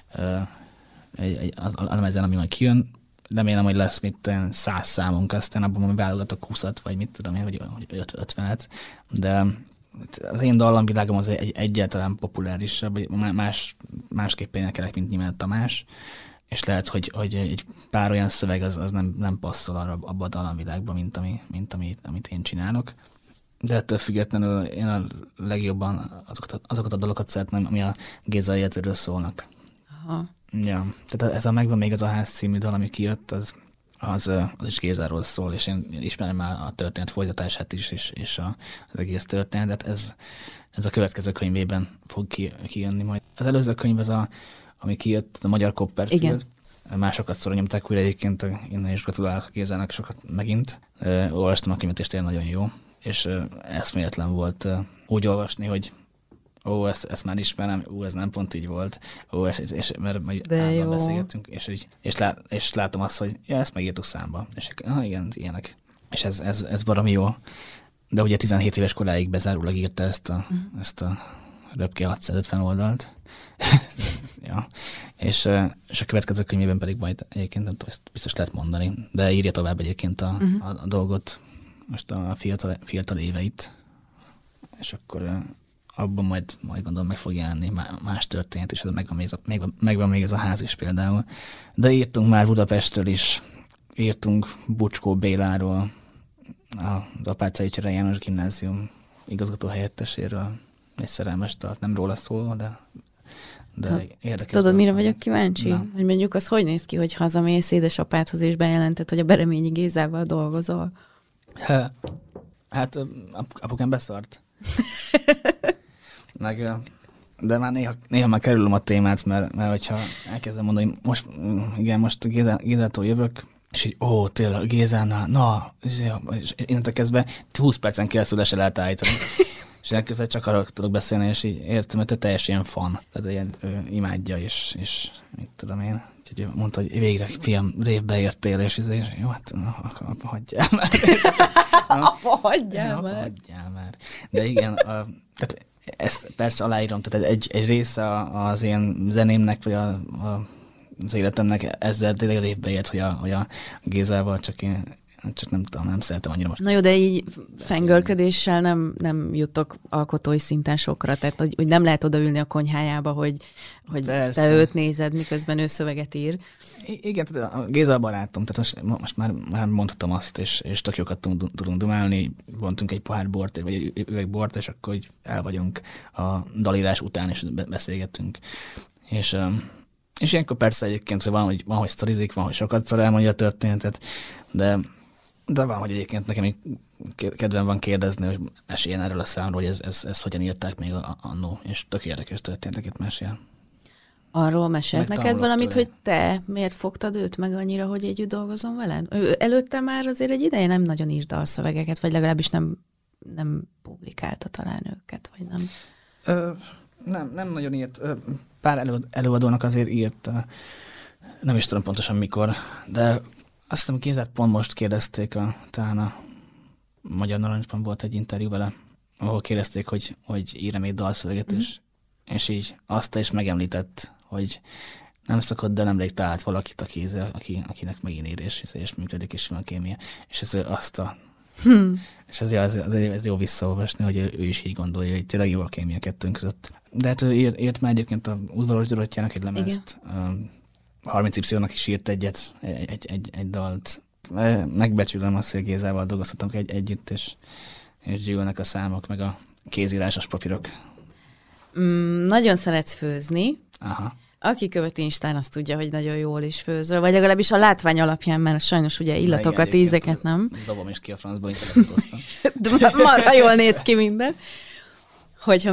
a lemezen, ami majd kijön. Remélem, hogy lesz 100 számunk, aztán abban majd válogatok 20-at, vagy mit tudom én, vagy 50-et. De az én dallamvilágom az egyáltalán populárisabb, másképp énekelek, mint Nyímel Tamás, és lehet, hogy egy pár olyan szöveg az nem passzol abba a dallamvilágba, mint amit én csinálok. De ettől függetlenül én a legjobban azokat a dalokat szeretném, ami a Géza életéről szólnak. Aha. Ja, tehát ez a Megvan még az a ház című dal, ami kijött, az is Gézáról szól, és én ismerem már a történet folytatását is, és az egész történetet. Ez a következő könyvében fog kijönni majd. Az előző könyv az, ami kijött, a Magyar Copperfield. Másokat szóra nyomták újra egyébként, én is gratulálok Gézának sokat megint. Olvastam a könyvet, és tényleg nagyon jó. És eszméletlen volt úgy olvasni, hogy ezt már ismerem, ez nem pont így volt, mert állandóan beszélgettünk, és látom azt, hogy ezt megírtuk számba, és igen, ilyenek. És ez baromi jó. De ugye 17 éves koráig bezárólag írta ezt a röpke 650 oldalt. Ja. És a következő könyvében pedig majd egyébként nem tudom, ezt biztos lehet mondani, de írja tovább egyébként a dolgot, most a fiatal éveit, és akkor abban majd gondolom meg fog jelenni más történet, és ez megvan még ez a ház is például. De írtunk már Budapestről is, írtunk Bucskó Béláról, az Apáczai Csere János Gimnázium igazgató helyetteséről, egy szerelmes dalt, nem róla szól, de érdekes. Tudod, mire vagyok kíváncsi? Na. Hogy mondjuk az hogy néz ki, hogy hazamész édesapádhoz és bejelentett, hogy a Bereményi Gézával dolgozol? Hát apukám beszart. De már néha már kerülöm a témát, mert hogyha elkezdem mondani, most Gézától jövök, és így, tényleg Gézánál, és innentől kezdve 20 percen keresztül se lehet állítani. És elkezdve csak arra tudok beszélni, és így értem, hogy te teljesen ilyen fan, tehát ilyen imádja, és mit tudom én. Úgyhogy mondta, hogy végre, fiam, révbe értél, és jó, hát apa, hagyjál már. Apa, hagyjál már. De igen, tehát ezt persze aláírom, tehát egy része az én zenémnek, vagy az életemnek ezzel tényleg révbe ért, hogy a Gézával csak nem tudom, nem szeretem annyira most. Na jó, de így fengölködéssel nem juttok alkotói szinten sokra, tehát hogy nem lehet odaülni a konyhájába, hogy te őt nézed, miközben ő szöveget ír. Igen, tehát a Géza a barátom, tehát most már mondhatom azt, és tök jókat tudunk dumálni, vontunk egy pohár bort, vagy egy üveg bort, és akkor így el vagyunk a dalírás után, és beszélgetünk. És ilyenkor persze egyébként van, hogy sztorizik, van, hogy sokat elmondja a történetet, de van, hogy egyébként nekem kedvem van kérdezni, hogy meséljen erről a számról, hogy ezt hogyan írták még annó, és tök érdekes történeteket mesél. Arról mesélt neked valamit, hogy te miért fogtad őt meg annyira, hogy együtt dolgozom veled? Ő előtte már azért egy ideje nem nagyon írt dalszövegeket, vagy legalábbis nem publikálta talán őket, vagy nem? Nem nagyon írt. Pár előadónak azért írt, nem is tudom pontosan mikor, de azt hiszem, Gézát pont most kérdezték, talán a Magyar Narancsban volt egy interjú vele, ahol kérdezték, hogy ír-e még dalszöveget, és így azt is megemlített, hogy nem szokott, de nemrég talált valakit, akinek megint ír, és működik, és van kémia. És ez és ez jó visszaolvasni, hogy ő is így gondolja, hogy tényleg jó a kémia kettőnk között. De hát ő írt már egyébként a Udvaros Dorottyának egy lemezt, 30Y-nak is írt egy dalt. Megbecsülöm azt, hogy Gézával dolgozhatunk együtt, és gyűlnek a számok, meg a kézírásos papírok. Nagyon szeretsz főzni. Aha. Aki követi Instán, azt tudja, hogy nagyon jól is főzöl, vagy legalábbis a látvány alapján, mert sajnos ugye illatokat, ízeket nem. Dobom is ki a francba, hogy telefotóztam. De marha jól néz ki minden. Hogyha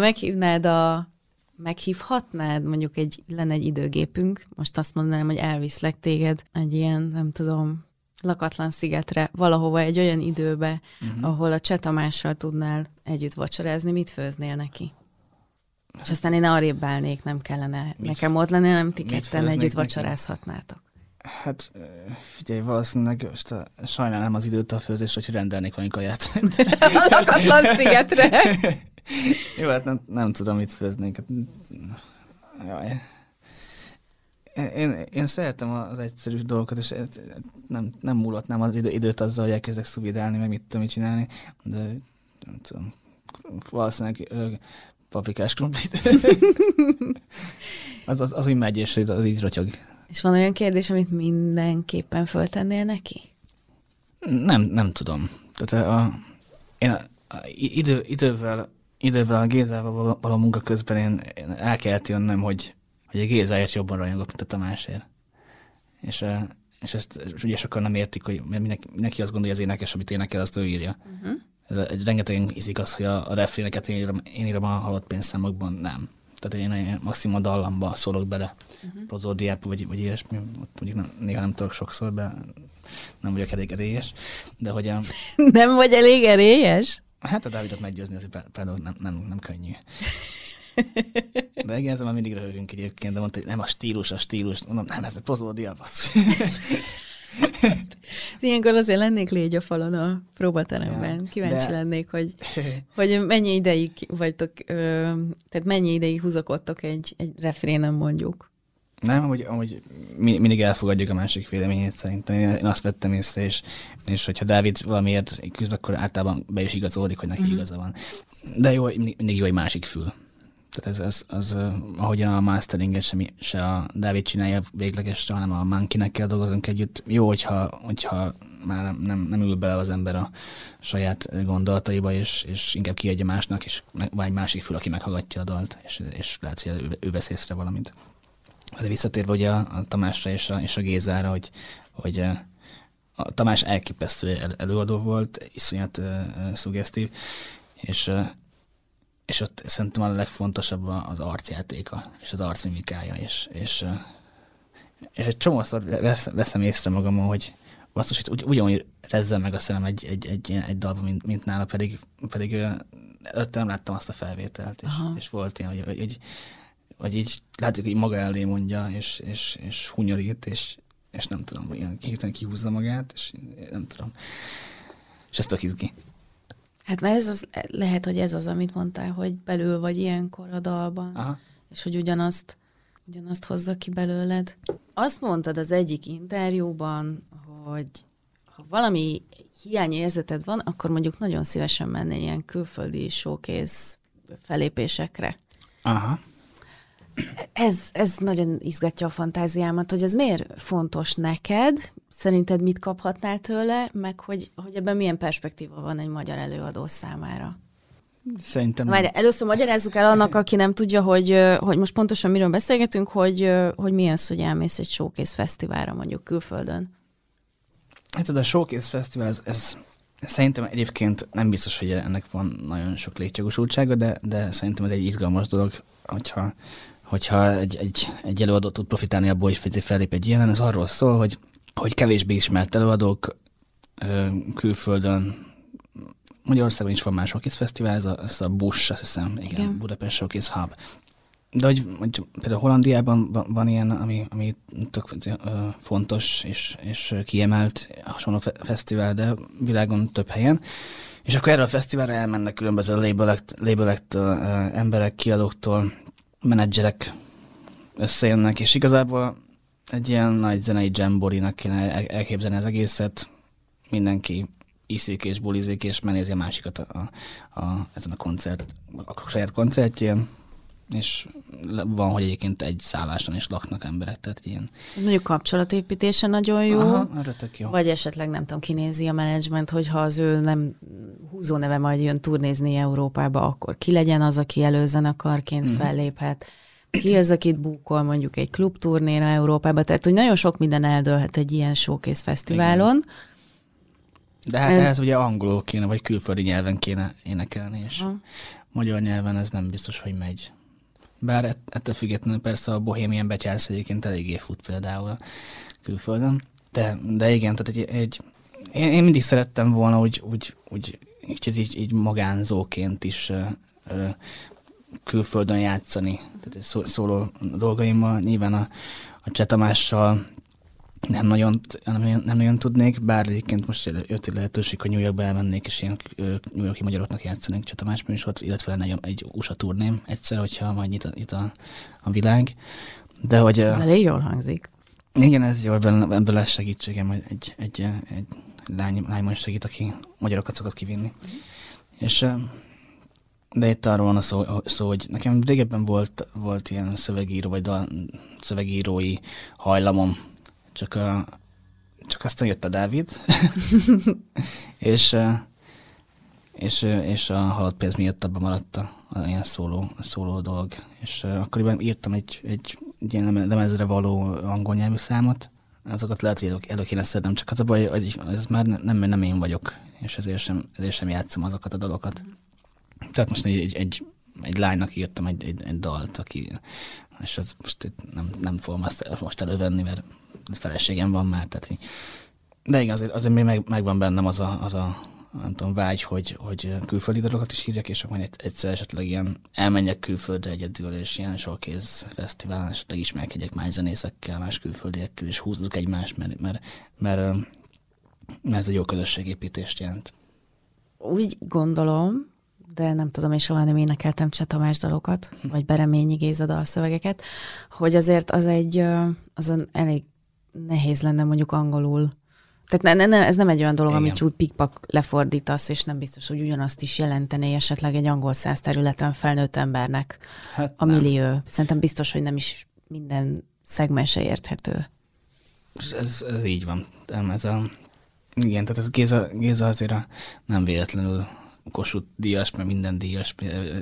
meghívhatnád, mondjuk lenne egy időgépünk, most azt mondanám, hogy elviszlek téged egy ilyen, nem tudom, lakatlan szigetre, valahova egy olyan időbe, ahol a Cseh Tamással tudnál együtt vacsorázni, mit főznél neki? És aztán én arrébb állnék, nem kellene nekem ott lenni, nem ti ketten együtt vacsorázhatnátok. Hát figyelj, valószínűleg most sajnálom az időt a főzésre, hogy rendelnék valami kaját. A lakatlan szigetre. Jó, hát nem tudom, mit főznék. Jaj. Én szeretem az egyszerű dolgokat, és nem múlhatnám az időt azzal, hogy elkezdek szubidálni, meg mit tudom csinálni, de nem tudom. valószínűleg paprikás krumplit. az úgy megy, és az így rotyog. És van olyan kérdés, amit mindenképpen föltennél neki? Nem tudom. Tehát idővel a Gézával való munka közben én el kellett jönnöm, hogy a Gézáért jobban rajongok, mint a Tamásért. És ezt ugye sokan nem értik, hogy mindenki azt gondolja, az énekes, amit énekel, azt ő írja. Ez rengetegen hiszik azt, hogy a refréneket én írom a halott pénzszámokban, nem. Tehát én maximum a dallamba szólok bele, prozódiába, vagy ilyesmi, mondjuk néha nem tudok sokszor, nem vagyok elég erélyes, de hogy Nem vagy elég erélyes? Hát a Dávidot meggyőzni, azért például nem könnyű. De igen, ezzel már mindig röhögünk egyébként, de mondta, hogy nem a stílus. Mondom, nem, ez meg prozódia, basszus. Ilyenkor azért lennék légy a falon a próbateremben. Ja, kíváncsi lennék, hogy mennyi ideig vagytok, tehát mennyi ideig húzakodtok egy refrénen mondjuk. Nem, amúgy mindig elfogadjuk a másik véleményét szerintem. Én azt vettem észre, és hogyha Dávid valamiért küzd, akkor általában be is igazolódik, hogy neki igaza van. De jó, mindig jó egy másik fül. Tehát az ahogyan a masteringet se a Dávid csinálja véglegesre, hanem a Monkeynek kell dolgozunk együtt. Jó, hogyha már nem ül bele az ember a saját gondolataiba, és inkább kiadja másnak, és van egy másik fül, aki meghallgatja a dalt, és lehet, hogy ő vesz észre valamit. De visszatérve ugye a Tamásra és a Gézára, hogy a Tamás elképesztő előadó volt, iszonyat szuggesztív, és ott szerintem a legfontosabb az arcjátéka, és az arcmimikája, és egy csomószor veszem észre magamon, hogy basszus, hogy ugyanúgy rezzel meg a szemem egy dalban, mint nála, pedig előtte nem láttam azt a felvételt, és volt ilyen, hogy így látjuk, hogy maga elé mondja, és hunyorít, és nem tudom, ilyen hirtelen kihúzza magát, és nem tudom. És ez tök izgi. Hát mert lehet, hogy ez az, amit mondtál, hogy belül vagy ilyenkor a dalban, Aha. És hogy ugyanazt hozza ki belőled. Azt mondtad az egyik interjúban, hogy ha valami hiányérzeted van, akkor mondjuk nagyon szívesen mennél ilyen külföldi showcase fellépésekre. Aha. Ez nagyon izgatja a fantáziámat, hogy ez miért fontos neked, szerinted mit kaphatnál tőle, meg hogy ebben milyen perspektíva van egy magyar előadó számára? Szerintem... Várj, először magyarázzuk el annak, aki nem tudja, hogy most pontosan miről beszélgetünk, hogy milyen az, hogy elmész egy showcase fesztiválra mondjuk külföldön. Hát a showcase fesztivál, ez szerintem egyébként nem biztos, hogy ennek van nagyon sok létjogosultsága, de szerintem ez egy izgalmas dolog, hogyha egy előadó tud profitálni abból, hogy fellép egy ilyenen. Ez arról szól, hogy kevésbé ismert előadók külföldön, Magyarországon is van más showcase fesztivál, ez a Bush, azt hiszem, igen. Budapest Showcase Hub. De hogy például Hollandiában van ilyen, ami tök fontos és kiemelt hasonló fesztivál, de világon több helyen. És akkor erre a fesztiválra elmennek különböző labelektől, emberek, kiadóktól, menedzserek összejönnek, és igazából egy ilyen nagy zenei jamborinak kéne elképzelni az egészet. Mindenki iszik és bulizik, és megnézi a másikat ezen a saját koncertjén, és van, hogy egyébként egy szálláson is laknak emberek, tehát ilyen... Mondjuk kapcsolatépítése nagyon jó. Aha, arra tök jó. Vagy esetleg nem tudom, kinézi a menedzsment, hogyha az ő nem húzóneve majd jön turnézni Európába, akkor ki legyen az, aki előzenekarként felléphet. Ki az, akit búkol mondjuk egy klubturnéra Európába, tehát hogy nagyon sok minden eldőlhet egy ilyen showcase fesztiválon. Igen. De hát ehhez ugye angolul kéne, vagy külföldi nyelven kéne énekelni, és magyar nyelven ez nem biztos, hogy megy. Bár ettől függetlenül persze a Bohemian Betyársz egyébként eléggé fut például a külföldön. De igen, tehát én mindig szerettem volna úgy így magánzóként is külföldön játszani. Tehát szóló dolgaimmal, nyilván a Cseh Tamással nem nagyon tudnék, bár egyébként most jött egy lehetőség, hogy New Yorkba elmennék, és ilyen New Yorki magyaroknak játszanék Cseh Tamás műsort, illetve lenne egy USA turném egyszer, hogyha majd nyit a világ. De hogy... Ez elég jól hangzik. Igen, ez jó, ebből lesz segítségem, egy lányban segít, aki magyarokat szokott kivinni. És De itt arról van a szó, hogy nekem régebben volt ilyen szövegíró, vagy szövegírói hajlamom, csak aztán jött a Dávid, és a halott pénz miatt abban maradt a ilyen szóló dolog. És akkoriban írtam egy ilyen lemezre való angol nyelvű számot, azokat lehet, hogy elő kéne szednem, csak az a baj, hogy ez már nem én vagyok, és ezért sem játszom azokat a dalokat. Tehát most egy lánynak írtam egy dalt, és az most nem fogom azt most elővenni, mert feleségem van már, tehát, de igen, azért még megvan bennem az a nem tudom, vágy, hogy külföldi dalokat is írjak, és akkor egyszer esetleg ilyen elmenjek külföldre egyedül, és ilyen showcase fesztiválon esetleg ismerkedjek más zenészekkel, más külföldiekkel, és húzzuk egymást, mert ez egy jó közösségépítést jelent. Úgy gondolom, de nem tudom, én soha nem énekeltem Cseh Tamás dalokat, vagy Bereményi Géza dalszövegeket, hogy azért azon elég nehéz lenne mondjuk angolul. Tehát ez nem egy olyan dolog, amit úgy pikpak lefordítasz, és nem biztos, hogy ugyanazt is jelentené esetleg egy angol száz területen felnőtt embernek a millió. Szerintem biztos, hogy nem is minden szegmense érthető. Ez így van. Igen, tehát ez Géza azért nem véletlenül Kossuth díjas, mert minden díjas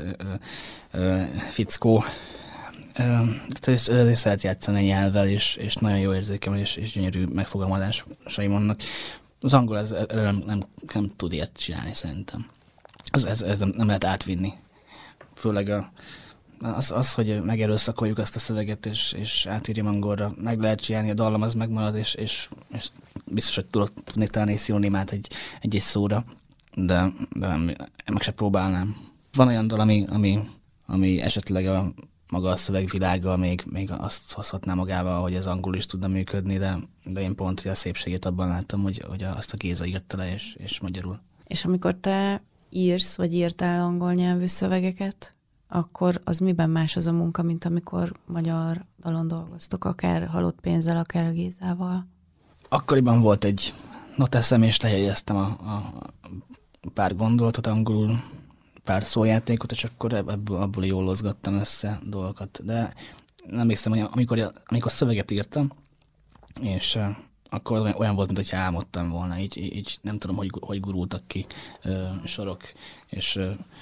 fickó. Tehát ő szeret játszani a nyelvvel, és nagyon jó érzékem, és gyönyörű megfogalmazásaim vannak. Az angol nem tud ilyet csinálni, szerintem. Ez nem lehet átvinni. Főleg az, hogy megerőszakoljuk azt a szöveget, és átírjam angolra, meg lehet csinálni, a dallam az megmarad, és biztos, hogy tudnék találni szinonimát egy szóra, de meg se próbálnám. Van olyan dal, ami esetleg maga a szövegvilága még azt hozhatná magával, hogy ez angol is tudna működni, de én pont a szépségét abban láttam, hogy azt a Géza írta le, és magyarul. És amikor te írsz, vagy írtál angol nyelvű szövegeket, akkor az miben más az a munka, mint amikor magyar dalon dolgoztok, akár Halott pénzzel, akár a Gézával? Akkoriban volt egy noteszem, és lejegyeztem a pár gondolatot angolul, pár szójátékot, és akkor abból jól lozgattam össze dolgokat. De nem hiszem, hogy amikor szöveget írtam, és akkor olyan volt, mintha álmodtam volna, így nem tudom, hogy gurultak ki sorok, és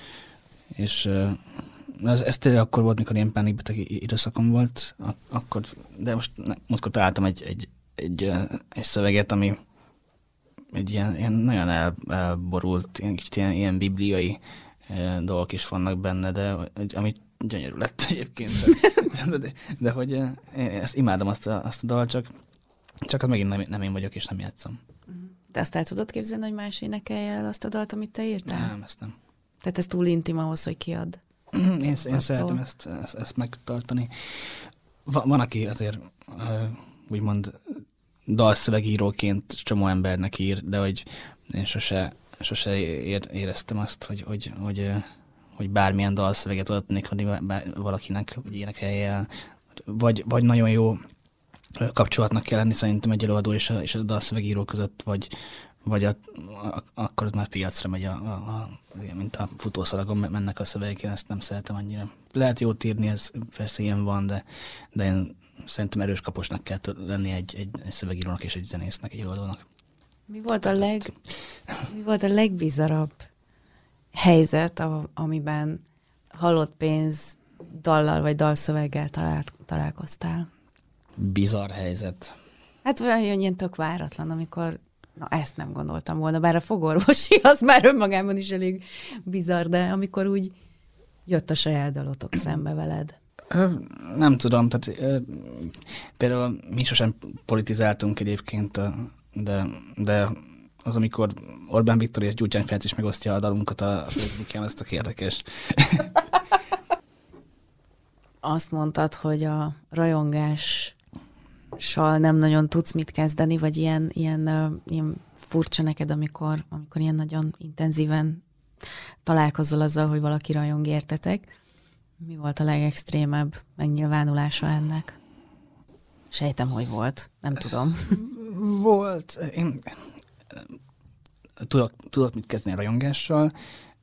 ez tényleg akkor volt, mikor ilyen pánikbeteg időszakom volt, de most találtam egy szöveget, ami egy ilyen nagyon elborult, ilyen bibliai dolgok is vannak benne, de ami gyönyörű lett egyébként. De hogy én ezt imádom azt a dalt, csak az megint nem én vagyok, és nem játszom. De azt el tudod képzelni, hogy más énekelje el azt a dalt, amit te írtál? Nem, ezt nem. Tehát ez túl intim ahhoz, hogy kiad? Én szeretem ezt megtartani. Van, aki azért úgymond dalszövegíróként csomó embernek ír, de hogy én sose éreztem azt, hogy bármilyen dalszöveget adatnék valakinek, vagy énekelje, vagy nagyon jó kapcsolatnak kell lenni szerintem egy előadó és a dalszövegíró között, vagy akkor az már piacra megy, mint a futószalagon mennek a szövegek, én ezt nem szeretem annyira. Lehet jót írni, ez persze ilyen van, de én szerintem erős kaposnak kell lenni egy szövegírónak és egy zenésznek, egy előadónak. Mi volt a legbizarabb helyzet, amiben halott pénz dallal vagy dalszöveggel találkoztál? Bizarr helyzet. Hát olyan ilyen tök váratlan, amikor ezt nem gondoltam volna, bár a fogorvosi az már önmagában is elég bizarr, de amikor úgy jött a saját dalotok szembe veled. Nem tudom, tehát például mi sosem politizáltunk egyébként, de az, amikor Orbán Viktor és Gyurcsány Ferenc is megosztja a dalunkat a Facebookján, ez tök érdekes. Azt mondtad, hogy a rajongással nem nagyon tudsz mit kezdeni, vagy ilyen furcsa neked, amikor ilyen nagyon intenzíven találkozol azzal, hogy valaki rajong értetek. Mi volt a legextrémebb megnyilvánulása ennek? Sejtem, hogy volt. Nem tudom. Volt. Én tudok mit kezdeni a rajongással,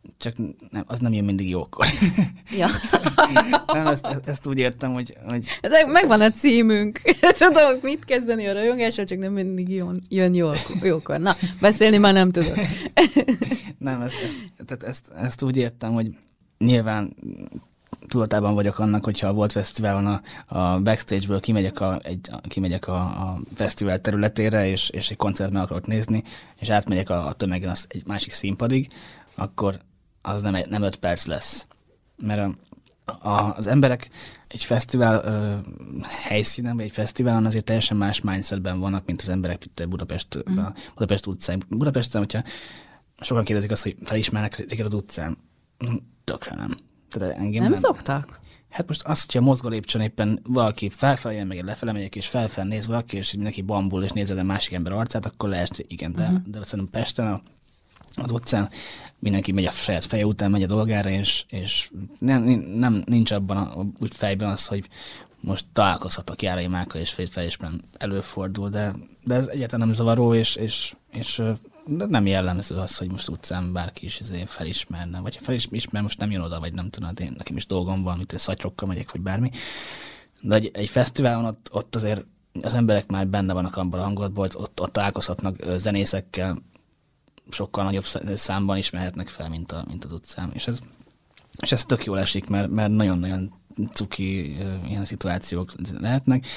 csak nem, az nem jön mindig jókor. Ja. Nem, ezt úgy értem, hogy... Megvan a címünk. Tudom, mit kezdeni a rajongással, csak nem mindig jön jókor. Na, beszélni már nem tudok. Nem, ezt úgy értem, hogy nyilván tudatában vagyok annak, hogyha volt fesztiválon a backstage-ből kimegyek a fesztivál területére, és egy koncert meg akarok nézni, és átmegyek a tömegen egy másik színpadig, akkor az nem 5 perc lesz. Mert az emberek egy fesztivál helyszínen, vagy egy fesztiválon azért teljesen más mindsetben vannak, mint az emberek itt Budapest utcán. Budapesten, hogyha sokan kérdezik azt, hogy felismernek téged az utcán. Tökre nem. Tehát engem nem szoktak? Hát most azt, hogyha mozgó lépcsőn éppen valaki felfelé jön, meg lefele megyek, és felfel néz valaki, és mindenki bambul, és nézed a másik ember arcát, akkor lehet, igen, de szerintem Pesten az utcán mindenki megy a saját feje után, megy a dolgára, és nincs abban úgy fejben az, hogy most találkozhatok Járai Mákkal, és felismerem előfordul, de ez egyáltalán nem zavaró, és de nem jellemző az, hogy most utcán bárki is felismerne, vagy ha felismer, most nem jön oda, vagy nem tudom, én nekem is dolgom van, mint szatyrokkal megyek, vagy bármi. De egy fesztiválon ott azért az emberek már benne vannak abban a hangulatban, hogy ott találkozhatnak zenészekkel, sokkal nagyobb számban ismerhetnek fel, mint az utcán. És ez tök jól esik, mert nagyon-nagyon cuki ilyen szituációk lehetnek.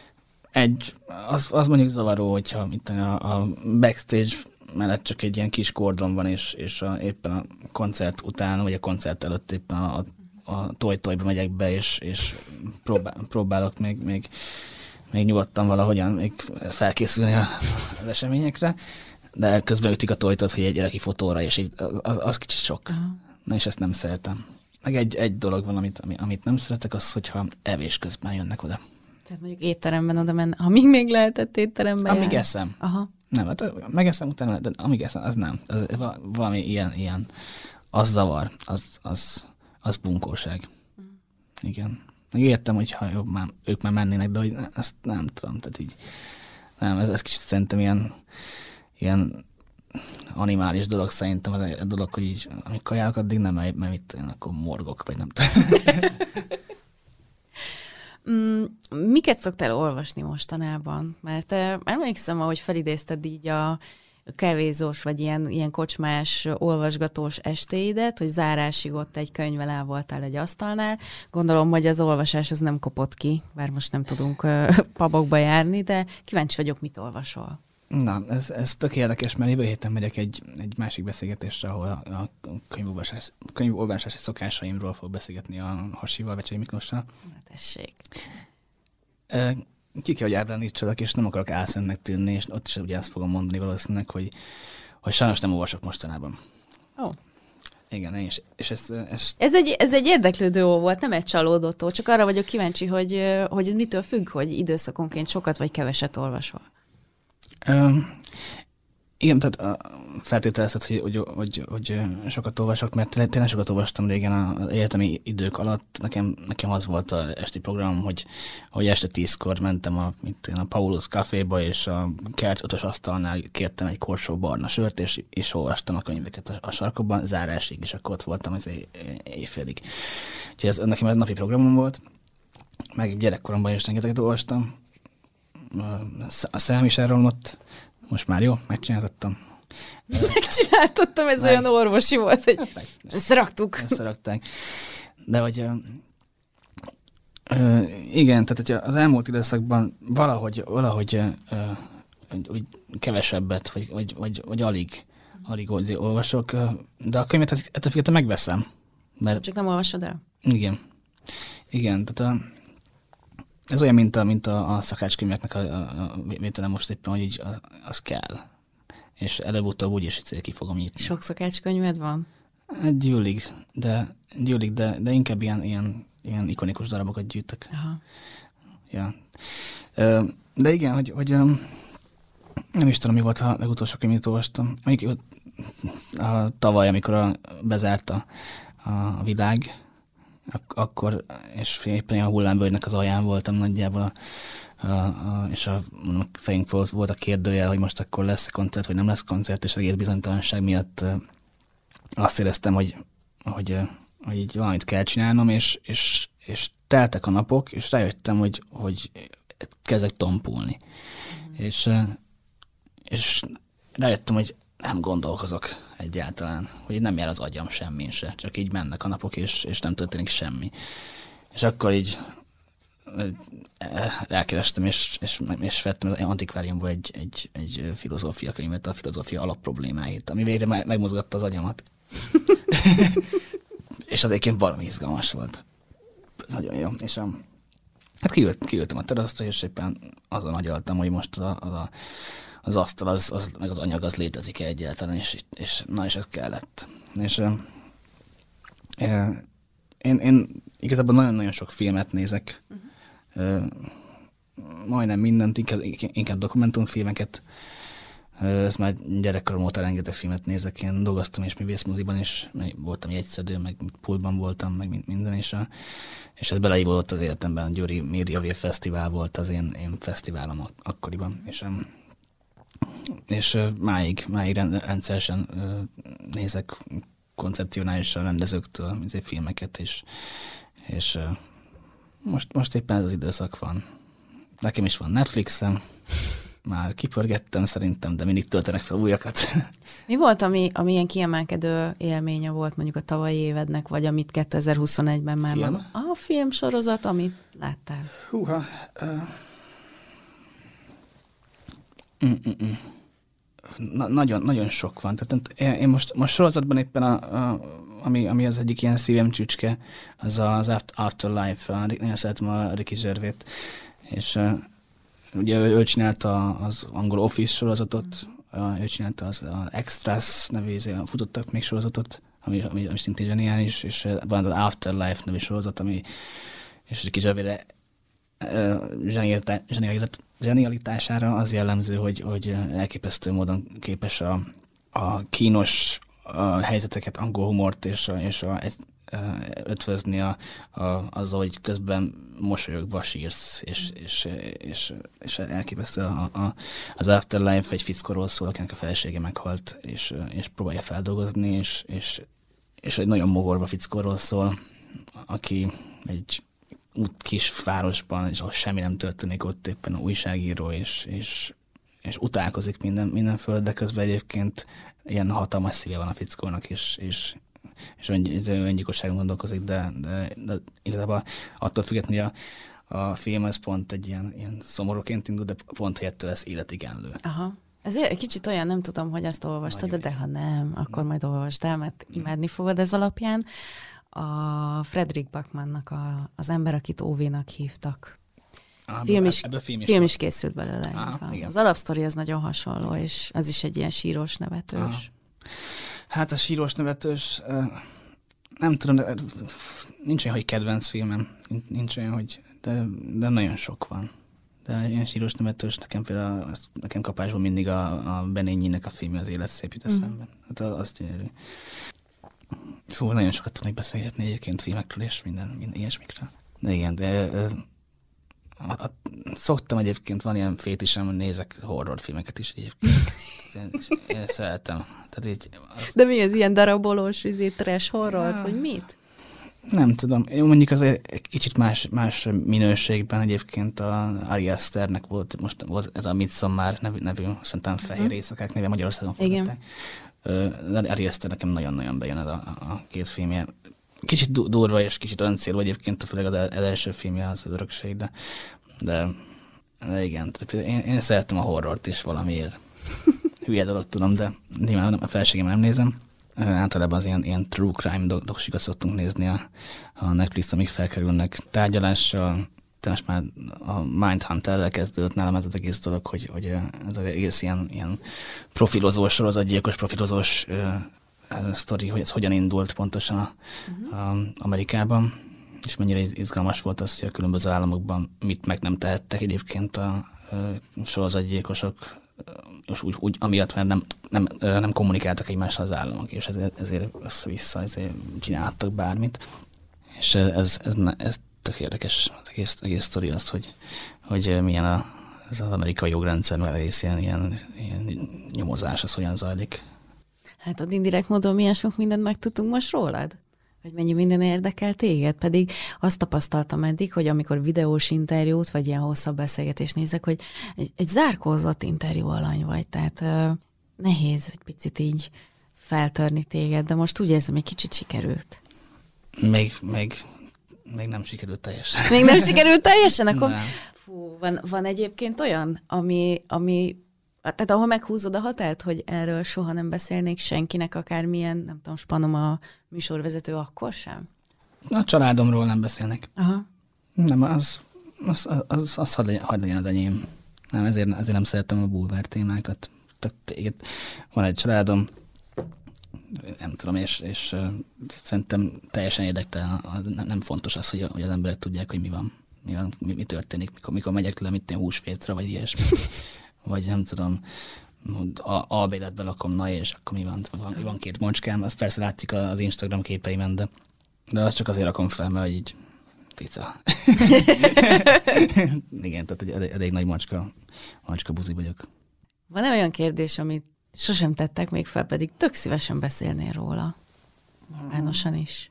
Az mondjuk zavaró, hogyha itt a backstage mellett csak egy ilyen kis kordon van, és éppen a koncert után, vagy a koncert előtt éppen a toj-tojba megyek be, és próbálok még nyugodtan valahogyan még felkészülni az eseményekre, de közben ütik a tojtot, hogy egy gyereki fotóra, és így, az kicsit sok. Na, és ezt nem szeretem. Meg egy dolog van, amit nem szeretek, az, hogyha evés közben jönnek oda. Tehát mondjuk étteremben oda menni, amíg még lehetett étteremben amíg eszem. Aha. Nem, hát megeszem utána, de amíg eszem, az nem. Az, valami ilyen, az zavar, az bunkóság. Igen. Megértem, hogyha ők már mennének, de hogy ezt nem tudom, tehát így, nem, ez kicsit szerintem ilyen animális dolog szerintem, az a dolog, hogy így, amíg kajálok, addig nem, mert itt én akkor morgok, vagy nem tudom. Miket szoktál olvasni mostanában? Mert emlékszem, ahogy felidézted így a kávézós, vagy ilyen kocsmás, olvasgatós estéidet, hogy zárásig ott egy könyvvel el voltál egy asztalnál. Gondolom, hogy az olvasás az nem kopott ki, bár most nem tudunk pubokba járni, de kíváncsi vagyok, mit olvasol. Na, ez tök érdekes, mert jövő héten megyek egy másik beszélgetésre, ahol a könyvolvasási szokásaimról fog beszélgetni a Hasival, Becsei Miklóssal. Tessék. Ki kell, hogy ábránítsalak, és nem akarok álszennek tűnni, és ott is ugyanazt fogom mondani valószínűleg, hogy sajnos nem olvasok mostanában. Ó. Igen, én is. És ez egy érdeklődő volt, nem egy csalódottó, csak arra vagyok kíváncsi, hogy mitől függ, hogy időszakonként sokat vagy keveset olvasol. Igen, tehát feltételezted, hogy sokat olvasok, mert tényleg sokat olvastam régen az egyetemi idők alatt. Nekem az volt az esti programom, hogy este 10-kor mentem a Paulus Caféba, és a kert 5-ös asztalnál kértem egy korsó barna sört, és olvastam a könyveket a sarkokban, zárásig, és akkor ott voltam az éjfélig. Úgyhogy nekem ez napi programom volt, meg gyerekkoromban is rengeteget olvastam. A szám is elromlott. Most már jó, megcsináltattam. Megcsináltattam, ez olyan orvosi volt, hogy összeraktuk. Összerakták. De hogy igen, tehát az elmúlt időszakban valahogy úgy kevesebbet, vagy alig olvasok, de a könyvet ettől függetlenül megveszem. Mert csak nem olvasod el? Igen, tehát ez olyan, mint a szakácskönyveknek a vétele most éppen, hogy így az kell. És előbb-utóbb úgyis ki fogom nyitni. Sok szakácskönyved van? Gyűlik, de inkább ilyen ikonikus darabokat gyűjtök. Aha. Ja. De igen, hogy nem is tudom, mi volt a legutolsó könyv, amit olvastam. Tavaly, amikor bezárt a világ, akkor, és éppen a hullámvölgynek az alján voltam nagyjából, és a fejünk volt a kérdőjel, hogy most akkor lesz koncert, vagy nem lesz koncert, és az egész bizonytalanság miatt azt éreztem, hogy így valamit kell csinálnom, és teltek a napok, és rájöttem, hogy kezdek tompulni. És rájöttem, hogy nem gondolkozok egyáltalán, hogy nem jár az agyam semmin se, csak így mennek a napok, és nem történik semmi. És akkor így elkerestem, és vettem az antikváriumból egy filozófia könyvet, a filozófia alapproblémáit, ami végre megmozgatta az agyamat. És az egyébként valami izgalmas volt. Nagyon jó. És hát kiültem a teraszra, és éppen azon agyaltam, hogy most az asztal, meg az anyag az létezik-e egyáltalán, és ez kellett. És én igazából nagyon-nagyon sok filmet nézek, majdnem mindent, inkább dokumentumfilmeket. Ez már gyerekkorom óta rengeteg filmet nézek, én dolgoztam és művészmoziban is, voltam jegyszedő, meg pultban voltam, meg minden is. És ez beleívódott az életemben, a Győri Média Wave Fesztivál volt az én fesztiválom akkoriban. És máig rendszeresen nézek koncepcionálisan rendezőktől filmeket, és most éppen ez az időszak van. Nekem is van Netflixem, már kipörgettem szerintem, de mindig töltenek fel újakat. Mi volt, ami ilyen kiemelkedő élménye volt mondjuk a tavalyi évednek, vagy amit 2021-ben már Film? van? A filmsorozat, amit láttál. Húha. Nagyon sok van. Tehát én most sorozatban éppen ami az egyik ilyen szívem csücske, az Afterlife. Nagyon szeretem a Ricky Gervais-t, és ugye ő csinálta az angol Office sorozatot, ő csinálta az Extras nevű futottak még sorozatot, ami szintén zseniális, és van az Afterlife nevű sorozat, és Ricky Gervais zsenialitására az jellemző, hogy elképesztő módon képes a kínos helyzeteket, angol humort és ötvözni azzal, hogy közben mosolyogva sírsz, és elképesztő az Afterlife egy fickóról szól, akinek a felesége meghalt, és próbálja feldolgozni, és egy nagyon mogorva fickóról szól, aki egy kis városban, és ahol semmi nem történik, ott éppen újságíró, és utálkozik minden föld, de közben egyébként ilyen hatalmas szíve van a fickónak, és öngyilkosságon gondolkozik, de igazából attól függetlenül, hogy a film az pont egy ilyen szomorúként indul, de pont helyettől lesz életigenlő. Aha. Ez egy kicsit olyan, nem tudom, hogy azt olvastad, de ha nem, akkor majd olvasd el, mert imádni fogod ez alapján. A Fredrik Backmannak az ember, akit Óvénak hívtak. Film is készült belőle. Az alapsztori az nagyon hasonló, és az is egy ilyen sírós, nevetős. Aha. Hát a sírós, nevetős, nem tudom, de nincs olyan, hogy kedvenc filmem. Nincs olyan, hogy, de nagyon sok van. De ilyen sírós, nevetős, nekem kapásból mindig a Benényinek a filmje, Az élet szép jut eszembe. Hát az gyönyörű. Szóval nagyon sokat tudnék beszélgetni egyébként filmekről és minden ilyesmikről. De igen, szoktam egyébként, van ilyen fétisem, hogy nézek horrorfilmeket is egyébként. Én szeretem. Tehát így, de mi az ilyen darabolós, trash horror, vagy mit? Nem tudom. Én mondjuk azért egy kicsit más minőségben egyébként a Ari Asternek volt ez a Midsommar nevű szerintem Fehér éjszakák néven Magyarországon fordították. Ari Aster nekem nagyon-nagyon bejön ez a két filmje. Kicsit durva és kicsit öncélú egyébként, főleg az első filmje az Örökség, de igen, én szerettem a horrort is valamiért. Hülye dolog tudom, de nyilván a feleségem nem nézem. Általában az ilyen true crime doksikat szoktunk nézni a Netflix, amik felkerülnek tárgyalással. De most már a Mindhunterrel kezdődött nálam ez az egész dolog, hogy ez az egész ilyen profilozós, sorozatgyilkos profilozós sztori, hogy ez hogyan indult pontosan Amerikában, és mennyire izgalmas volt az, hogy a különböző államokban mit meg nem tehettek egyébként a sorozatgyilkosok, és úgy amiatt, mert nem kommunikáltak egymással az államok, és ezért össze-vissza csinálhattak bármit. És ez tök érdekes az egész sztori az, hogy milyen az amerikai jogrendszer, mert egész ilyen nyomozás, az hogyan zajlik. Hát ott indirekt módon milyen sok mindent megtudtunk most rólad? Hogy mennyi minden érdekel téged? Pedig azt tapasztaltam eddig, hogy amikor videós interjút, vagy ilyen hosszabb beszélgetést nézek, hogy egy zárkózott interjú alany vagy, tehát nehéz egy picit így feltörni téged, de most úgy érzem, egy kicsit sikerült. Még nem sikerült teljesen. Még nem sikerült teljesen? Akkor Nem. fú, van egyébként olyan, ami tehát ahol meghúzod a határt, hogy erről soha nem beszélnék senkinek, akármilyen, nem tudom, spanom a műsorvezető, akkor sem? A családomról nem beszélnek. Aha. Nem, az hadd legyen az enyém. Nem, ezért nem szeretem a bulvár témákat. Tehát van egy családom, nem tudom, és szerintem teljesen érdektelen, nem fontos az, hogy az emberek tudják, hogy mi történik, mikor megyek le, mint én húsvétra, vagy ilyesmi. Vagy nem tudom, albéletben lakom, na és akkor mi van 2 macskám, az persze látszik az Instagram képeimen, de azt csak azért rakom fel, mert így cica. Igen, tehát elég nagy macska buzi vagyok. Van-e olyan kérdés, amit sosem tettek még fel, pedig tök szívesen beszélnél róla? Nyilvánosan is.